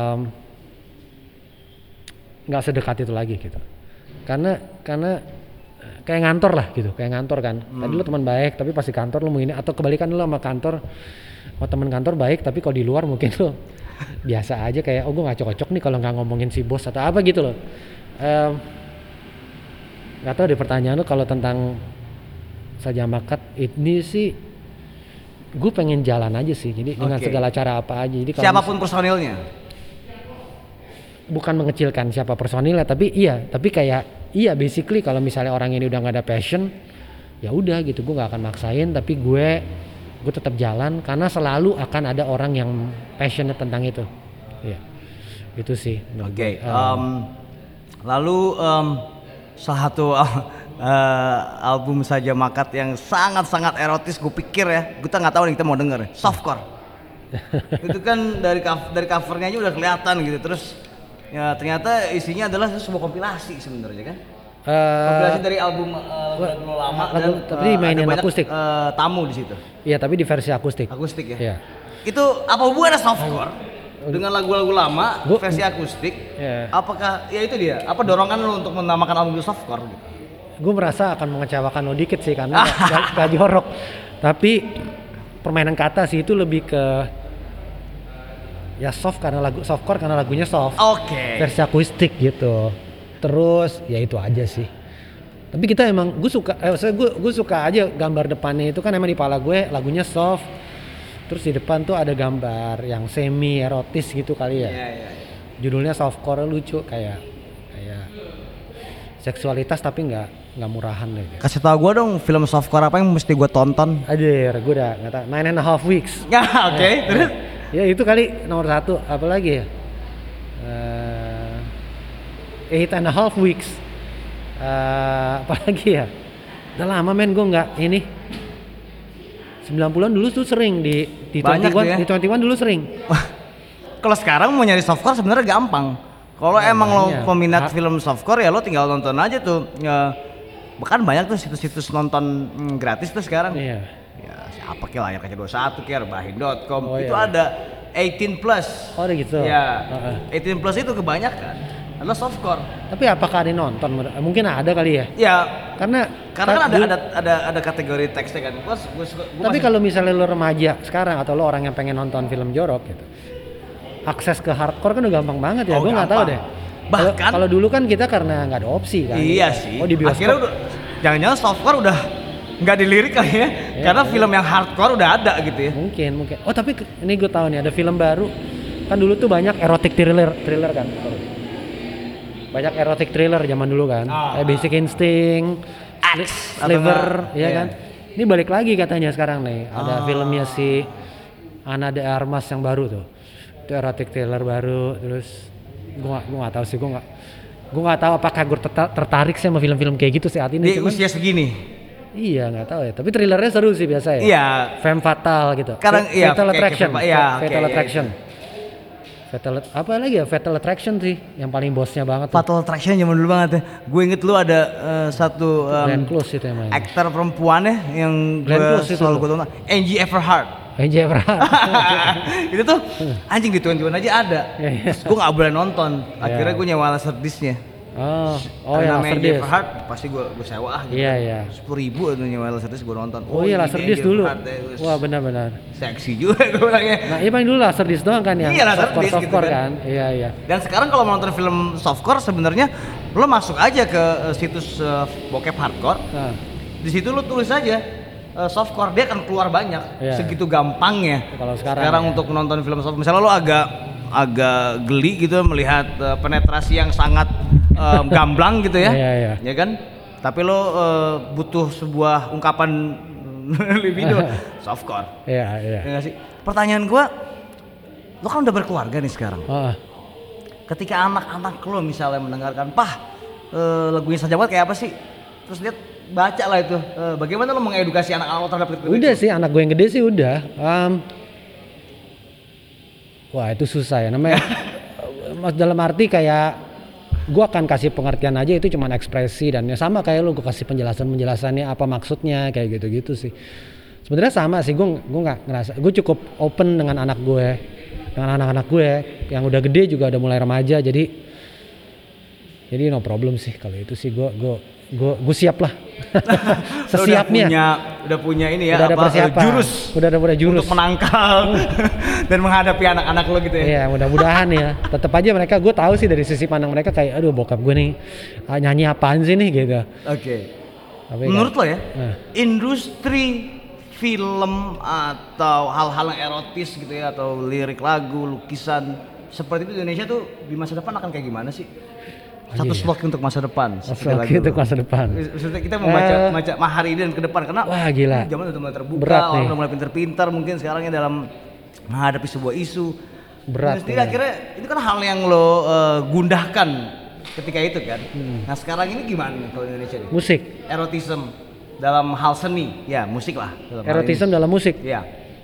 nggak sedekat itu lagi gitu. Karena kayak ngantor lah gitu, kayak ngantor kan. Tadi lu teman baik, tapi pasti kantor lu mau ini, atau kebalikan lu sama kantor, teman kantor baik, tapi kalau di luar mungkin lu biasa aja kayak gue nggak cocok nih kalau nggak ngomongin si bos atau apa gitu loh. Nggak tahu deh pertanyaan lu kalau tentang Saja Makat ini sih, gue pengen jalan aja sih. Jadi dengan segala cara apa aja. Jadi siapapun personilnya. Bukan mengecilkan siapa personilnya, tapi kayak basically kalau misalnya orang ini udah nggak ada passion, ya udah gitu, gue nggak akan maksain, tapi gue tetap jalan karena selalu akan ada orang yang passionate tentang itu. Iya, itu sih. Oke. Lalu salah satu album Saja Makat yang sangat erotis, gue pikir ya, kita nggak tahu nih, kita mau denger Softcore. Itu kan dari covernya aja udah kelihatan gitu. Terus ya ternyata isinya adalah sebuah kompilasi sebenarnya kan. Kompilasi dari album lagu lama dan tapi mainin akustik. Tamu di situ. Iya, tapi di versi akustik. Akustik ya. Iya. Itu apa hubungannya Softcore dengan lagu-lagu lama versi akustik? Iya. Apakah ya itu dia? Apa dorongan lo untuk menamakan album itu Softcore gitu? Gue merasa akan mengecewakan lo dikit sih karena gak jorok. Tapi permainan kata sih itu lebih ke ya softcore karena lagunya soft. Oke. Versi akustik gitu. Terus ya itu aja sih. Tapi kita emang gue suka aja gambar depannya itu kan emang di pala gue lagunya soft. Terus di depan tuh ada gambar yang semi erotis gitu kali ya. Iya. Judulnya Softcore, lucu kayak seksualitas tapi nggak murahan deh. Kasih tau gue dong film Softcore apa yang mesti gue tonton. Aduh, gue udah nggak tahu. 9.5 Weeks. Ya oke. Terus? Ya itu kali nomor 1. Apalagi ya? 8.5 Weeks. Apalagi ya? Udah lama men gue nggak ini. 90-an dulu tuh sering di 21, ya? Di 21 dulu sering. Kalau sekarang mau nyari softcore sebenarnya gampang. Kalau emang lo peminat film softcore ya lo tinggal nonton aja tuh. Ya, bahkan banyak tuh situs-situs nonton gratis tuh sekarang. Iya. Ya siapa kayak Layar Kaca 21 kayak rebahin.com itu iya. ada 18 plus. Oh ada gitu. Ya. 18 plus itu kebanyakan adalah softcore. Tapi apakah ada yang nonton? Mungkin ada kali ya. Ya. Karena kan ada kategori teksnya kan. Tapi kalau misalnya lo remaja sekarang atau lo orang yang pengen nonton film jorok gitu, akses ke hardcore kan udah gampang banget ya. Gue nggak tahu deh. Bahkan kalau dulu kan kita karena nggak ada opsi kan. Iya sih. Oh di bioskop. Akhirnya udah, jangan-jangan softcore udah nggak dilirik kali ya. Karena film yang hardcore udah ada gitu ya. Mungkin. Oh tapi ini gue tahu nih ada film baru. Kan dulu tuh banyak erotic thriller kan. Banyak erotic thriller zaman dulu kan. Kayak Basic Instinct, Sliver, ya kan. Ini balik lagi katanya sekarang nih. Ada filmnya si Ana de Armas yang baru tuh. Itu erotic thriller baru. Terus gue nggak tahu sih, gue nggak tahu apakah gue tertarik sih sama film-film kayak gitu saat ini. Di usia segini. Iya nggak tahu ya. Tapi thrillernya seru sih biasa ya. Iya. Femme Fatale gitu. Sekarang iya. Fatal Attraction. Fatal Attraction. Apa lagi ya? Fatal Attraction sih yang paling bosnya banget tuh. Fatal Attraction zaman dulu banget ya. Gue inget lu ada satu Glenn Close itu yang main. aktor perempuannya yang Glenn Close itu selalu gue tonton, Angie Everhart. Angie Everhart. Itu tuh anjing di 21 aja ada. Iya. Terus gue gak boleh nonton. Akhirnya gue nyewa laserdiscnya. Oh Ada ya namanya Laserdisc. Everhart, pasti gue sewa gitu. Iya. 10.000 itu nyewa laserdisc gue nonton. Oh iya ini Laserdisc Angie dulu. Everhart, Wah benar-benar. seksi juga gue bilangnya. Nah iya paling dulu Laserdisc doang kan yang Iya, Laserdisc gitu softcore kan. kan. Iya. Dan sekarang kalau mau nonton film softcore sebenarnya lo masuk aja ke situs bokep hardcore. Nah, Di situ lo tulis aja softcore, dia akan keluar banyak. Iya. Segitu gampangnya. Kalau sekarang ya. untuk menonton film softcore, misalnya lo agak geli gitu melihat penetrasi yang sangat gamblang gitu ya. Iya. Ya kan? Tapi lo butuh sebuah ungkapan libido, softcore. Iya. Ya nggak sih? Pertanyaan gua, lo kan udah berkeluarga nih sekarang. Oh, Ketika anak-anak lo misalnya mendengarkan, "Pah, lagunya Saja Buat kayak apa sih?" Terus dia baca lah itu. Bagaimana lo mengedukasi anak-anak lo terhadap itu? udah sih anak gue yang gede sih udah. Wah itu susah ya namanya. Dalam arti kayak gue akan kasih pengertian aja itu cuman ekspresi dan ya sama kayak lu gue kasih penjelasannya apa maksudnya kayak gitu sih. Sebenarnya sama sih gue nggak ngerasa gue cukup open dengan anak gue dengan anak-anak gue yang udah gede juga udah mulai remaja jadi no problem sih kalau itu sih gue siap lah. Sesiapnya udah punya ini ya, udah ada persiapan udah ada jurus untuk menangkal dan menghadapi anak-anak lo gitu ya. Iya mudah-mudahan ya tetap aja mereka gue tahu sih dari sisi pandang mereka kayak aduh bokap gue nih nyanyi apaan sih nih gitu. Oke. Tapi Menurut kan, lo ya, industri film atau hal-hal yang erotis gitu ya atau lirik lagu, lukisan seperti itu di Indonesia tuh di masa depan akan kayak gimana sih? Satu slot untuk masa depan. Slot untuk masa depan. Maksudnya kita mau baca hari ini dan ke depan karena wah gila. Zaman udah mulai terbuka, Berat orang nih. udah mulai pintar-pintar mungkin sekarang ya dalam menghadapi sebuah isu. Berat. Sendiri akhirnya itu kan hal yang lo gundahkan ketika itu kan. Nah sekarang ini gimana nih kalau di Indonesia nih? Musik. Erotisme dalam hal seni, ya musik lah. Erotisme dalam musik. Ya.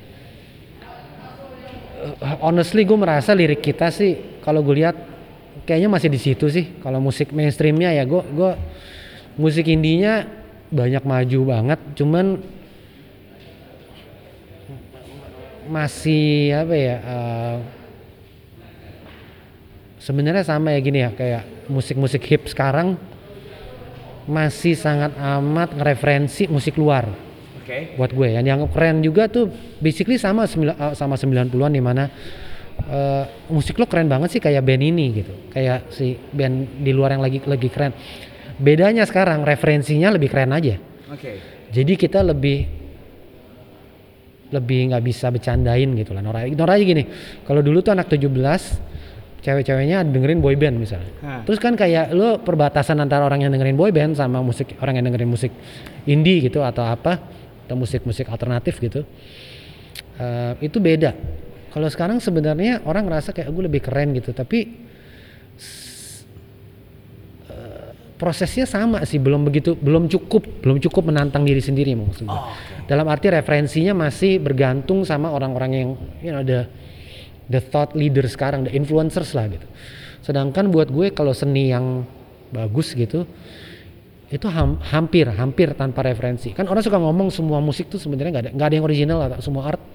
Honestly gue merasa lirik kita sih kalau gue lihat kayaknya masih di situ sih. Kalau musik mainstreamnya ya gue musik indinya banyak maju banget. Cuman masih apa ya? Sebenarnya sama ya gini ya kayak musik-musik hip sekarang masih sangat amat ngereferensi musik luar. Oke. Buat gue yang keren juga tuh basically sama 90-an di mana musik lo keren banget sih kayak band ini gitu. Kayak si band di luar yang lagi keren. Bedanya sekarang referensinya lebih keren aja. Oke. Jadi kita lebih nggak bisa bercandain gitu lah. Nora aja gini. Kalau dulu tuh anak 17 cewek-ceweknya dengerin boy band misalnya. Terus kan kayak lo perbatasan antara orang yang dengerin boy band sama orang yang dengerin musik indie gitu atau apa atau musik alternatif gitu. Itu beda. Kalau sekarang sebenarnya orang ngerasa kayak gue lebih keren gitu, tapi prosesnya sama sih, belum cukup menantang diri sendiri maksud gue. Dalam arti referensinya masih bergantung sama orang-orang yang the thought leader sekarang, the influencers lah gitu. Sedangkan buat gue kalau seni yang bagus gitu itu hampir tanpa referensi. Kan orang suka ngomong semua musik tuh sebenarnya nggak ada yang original atau semua art.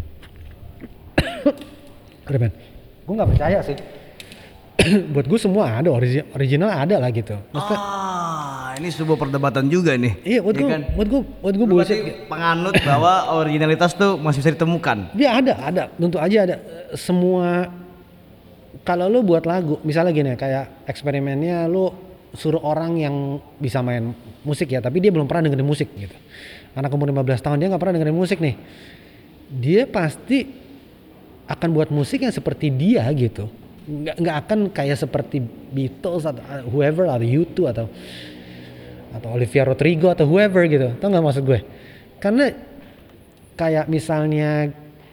Keren. Gue nggak percaya sih. Buat gue semua ada original ada lah gitu. Maksudnya, Ini sebuah perdebatan juga nih. iya buat gue bullshit. Penganut bahwa originalitas tuh masih bisa ditemukan. Dia ada, tentu aja ada. Semua kalau lo buat lagu, misalnya gini kayak eksperimennya lo suruh orang yang bisa main musik ya, tapi dia belum pernah dengerin musik gitu. Anak umur 15 tahun dia nggak pernah dengerin musik nih. Dia pasti akan buat musik yang seperti dia gitu. Nggak akan kayak seperti Beatles atau whoever atau U2 atau Olivia Rodrigo atau whoever gitu. Tau nggak maksud gue? Karena kayak misalnya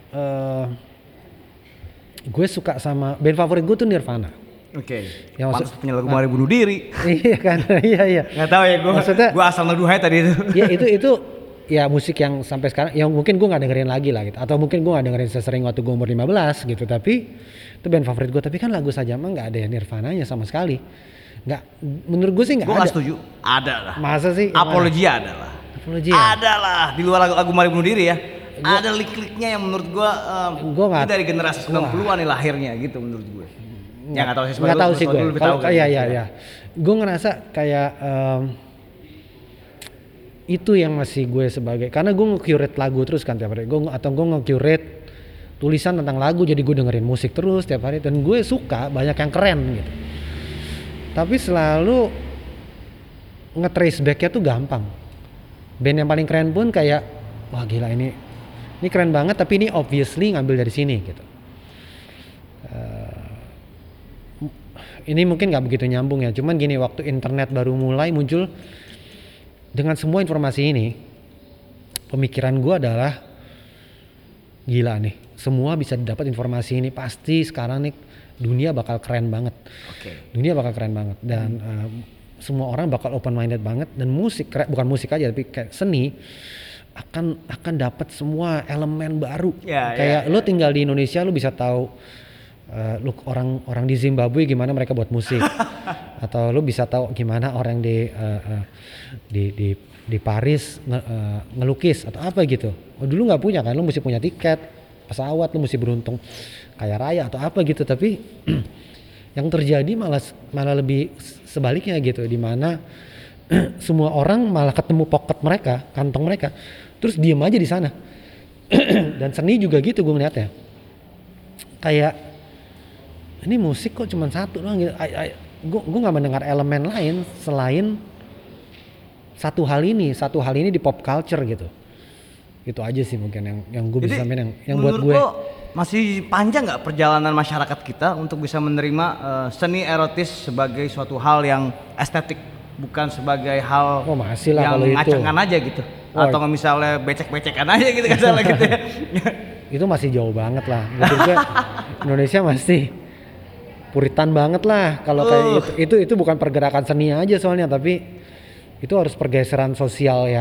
gue suka sama band favorit gue tuh Nirvana. Oke. Yang punya lagu Mari Bunuh Diri. Iya kan? Iya. Nggak tahu ya gue. Maksudnya gue asal nuduh aja tadi itu. Ya ya musik yang sampai sekarang yang mungkin gue nggak dengerin lagi lah gitu, atau mungkin gue nggak dengerin sesering waktu gue umur 15 gitu, tapi itu band favorit gue. Tapi kan lagu Sajama nggak ada Nirvananya sama sekali, nggak, menurut gue sih nggak ada. Gue nggak setuju. Ada lah. Masa sih? Apologia ada lah. Apologia? Ada lah. Di luar lagu Mari Bunuh Diri ya. Ada lik-liknya yang menurut gue nggak, dari generasi 90-an nih lahirnya gitu menurut gue. Ya nggak tahu sih. Nggak tahu sih gue. Kalau ya. Gue ngerasa kayak itu yang masih gue sebagai, karena gue nge-curate lagu terus kan tiap hari. Gue nge-curate tulisan tentang lagu, jadi gue dengerin musik terus tiap hari, dan gue suka banyak yang keren gitu. Tapi selalu nge-trace back-nya tuh gampang. Band yang paling keren pun kayak, wah gila ini keren banget, tapi ini obviously ngambil dari sini gitu. Ini mungkin nggak begitu nyambung ya, cuman gini, waktu internet baru mulai muncul dengan semua informasi ini, pemikiran gue adalah gila nih, semua bisa didapat informasi ini, pasti sekarang nih dunia bakal keren banget. Dunia bakal keren banget, dan semua orang bakal open minded banget, dan musik, bukan musik aja tapi kayak seni akan dapat semua elemen baru. Kayak lo tinggal di Indonesia, lo bisa tahu lu orang di Zimbabwe gimana mereka buat musik, atau lu bisa tahu gimana orang di Paris ngelukis atau apa gitu. Dulu nggak punya kan, lu mesti punya tiket pesawat, lu mesti beruntung kaya raya atau apa gitu. Tapi yang terjadi malah lebih sebaliknya gitu, di mana semua orang malah ketemu pocket mereka, kantong mereka, terus diem aja di sana. Dan seni juga gitu gue ngeliatnya, kayak ini musik kok cuma satu doang gitu. Gue nggak mendengar elemen lain selain satu hal ini di pop culture gitu. Itu aja sih mungkin yang gue bisa main, yang buat gue. Masih panjang nggak perjalanan masyarakat kita untuk bisa menerima seni erotis sebagai suatu hal yang estetik, bukan sebagai hal masih lah yang kalau ngacangan aja gitu, atau misalnya becek-becekan aja gitu kan salah gitu ya. Itu masih jauh banget lah. Menurut gue Indonesia masih puritan banget lah kalau kayak itu bukan pergerakan seni aja soalnya, tapi itu harus pergeseran sosial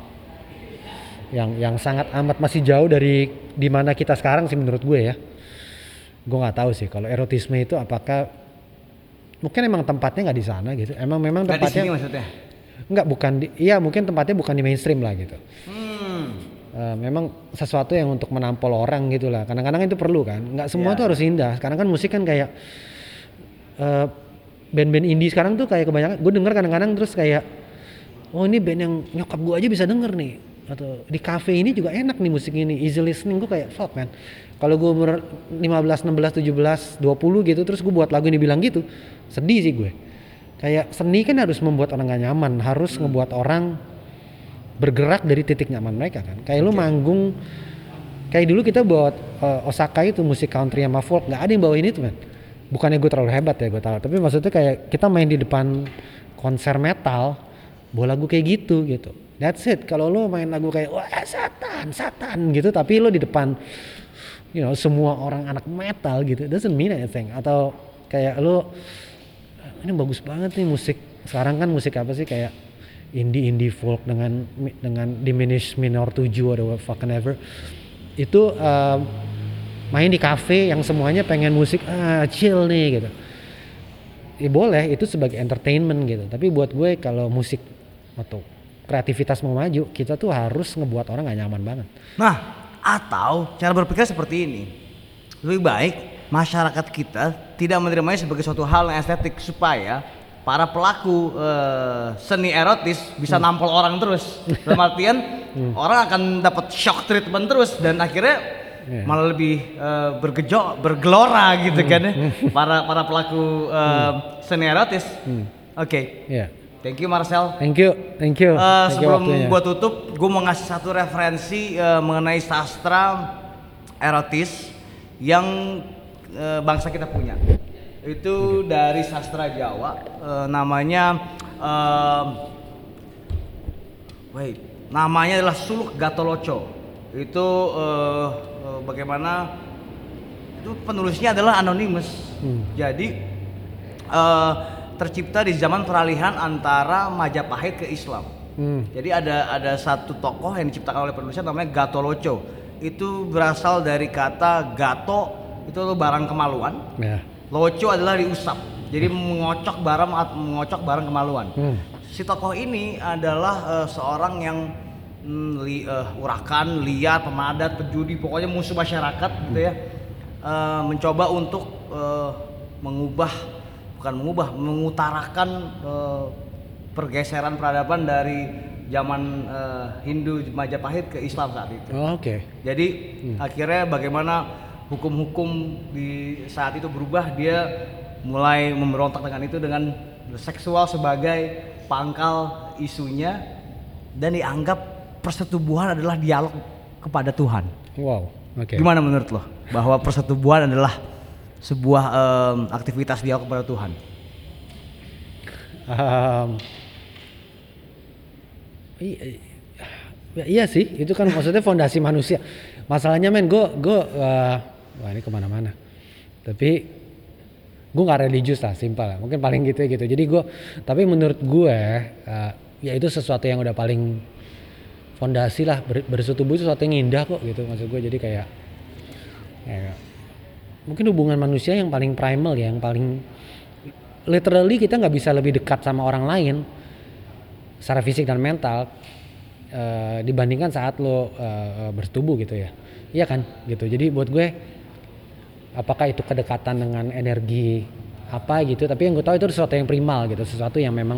yang sangat amat masih jauh dari di mana kita sekarang sih menurut gue ya. Gue nggak tahu sih kalau erotisme itu apakah mungkin emang tempatnya nggak di sana gitu. Memang tempatnya. Nggak di sini maksudnya? Nggak, bukan iya mungkin tempatnya bukan di mainstream lah gitu. Memang sesuatu yang untuk menampol orang gitu lah. Kadang-kadang itu perlu kan. Nggak semua tuh harus indah. Sekarang kan musik kan kayak band-band indie sekarang tuh kayak kebanyakan gue denger kadang-kadang terus kayak, oh ini band yang nyokap gue aja bisa denger nih, atau di cafe ini juga enak nih musik ini, easy listening. Gue kayak fuck man, kalau gue umur 15, 16, 17, 20 gitu terus gue buat lagu ini bilang gitu, sedih sih gue. Kayak seni kan harus membuat orang gak nyaman, harus ngebuat orang bergerak dari titik nyaman mereka kan. Kayak lu manggung, kayak dulu kita buat Osaka itu musik country sama folk, gak ada yang bawain itu man. Bukannya gue terlalu hebat ya gue tahu, tapi maksudnya kayak kita main di depan konser metal bawa lagu kayak gitu. That's it. Kalau lo main lagu kayak wah satan gitu, tapi lo di depan semua orang anak metal gitu, doesn't mean anything. Atau kayak lo ini bagus banget nih musik sekarang kan, musik apa sih kayak indie folk dengan diminished minor 7 atau fucking ever itu main di cafe yang semuanya pengen musik chill nih gitu. Ya boleh itu sebagai entertainment gitu. Tapi buat gue kalau musik atau kreativitas mau maju, kita tuh harus ngebuat orang gak nyaman banget. Nah, atau cara berpikir seperti ini. Lebih baik masyarakat kita tidak menerimanya sebagai suatu hal yang estetik supaya para pelaku seni erotis bisa nampol orang terus. Dalam artian orang akan dapat shock treatment terus dan akhirnya malah lebih bergelora gitu kan ya, para pelaku seni erotis. Oke. Thank you Marcel. Thank you. Sebelum gua tutup, gua mau ngasih satu referensi mengenai sastra erotis yang bangsa kita punya. Itu dari sastra Jawa, namanya namanya adalah Suluk Gatoloco. Itu bagaimana itu penulisnya adalah anonymous. Jadi tercipta di zaman peralihan antara Majapahit ke Islam. Jadi ada satu tokoh yang diciptakan oleh penulisnya namanya Gato Loco. Itu berasal dari kata gato itu barang kemaluan. Ya. Loco adalah diusap. Jadi mengocok barang kemaluan. Si tokoh ini adalah seorang yang urakan, liar, pemadat, pejudi, pokoknya musuh masyarakat gitu ya. Mencoba untuk mengutarakan pergeseran peradaban dari zaman Hindu Majapahit ke Islam saat itu. Oke. Jadi akhirnya bagaimana hukum-hukum di saat itu berubah, dia mulai memberontak dengan itu, dengan seksual sebagai pangkal isunya, dan dianggap persetubuhan adalah dialog kepada Tuhan. Wow. Oke. Gimana menurut lo bahwa persetubuhan adalah sebuah aktivitas dialog kepada Tuhan? Iya sih, itu kan maksudnya fondasi manusia. Masalahnya wah ini kemana-mana. Tapi gue nggak religius lah, simpel lah. Mungkin paling gitu. Jadi tapi menurut gue, ya itu sesuatu yang udah paling fondasi lah. Bersetubuh itu sesuatu yang indah kok gitu. Maksud gue jadi kayak mungkin hubungan manusia yang paling primal ya, yang paling literally kita nggak bisa lebih dekat sama orang lain secara fisik dan mental dibandingkan saat lo bersetubuh gitu ya. Iya kan gitu. Jadi buat gue, apakah itu kedekatan dengan energi apa gitu, tapi yang gue tahu itu sesuatu yang primal gitu, sesuatu yang memang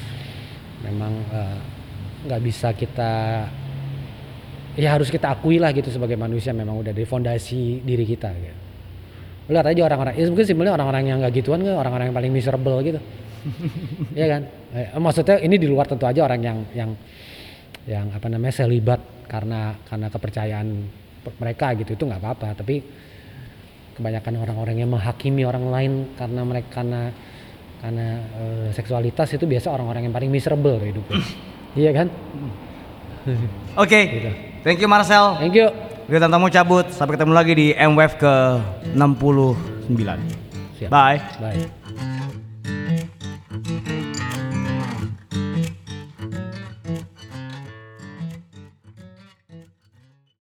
nggak bisa kita, ya harus kita akui lah gitu sebagai manusia, memang udah dari fondasi diri kita gitu. Lihat aja orang-orang, ya mungkin simpelnya orang-orang yang nggak gituan kan orang-orang yang paling miserable gitu. Iya kan, maksudnya ini di luar tentu aja orang yang apa namanya selibat karena kepercayaan mereka gitu, itu nggak apa-apa. Tapi kebanyakan orang-orang yang menghakimi orang lain karena seksualitas, itu biasa orang-orang yang paling miserable hidupnya. Iya kan? Oke. Gitu. Thank you Marcel. Thank you. Gue Tantamu cabut. Sampai ketemu lagi di MWF ke 69. Siap. Bye. Bye.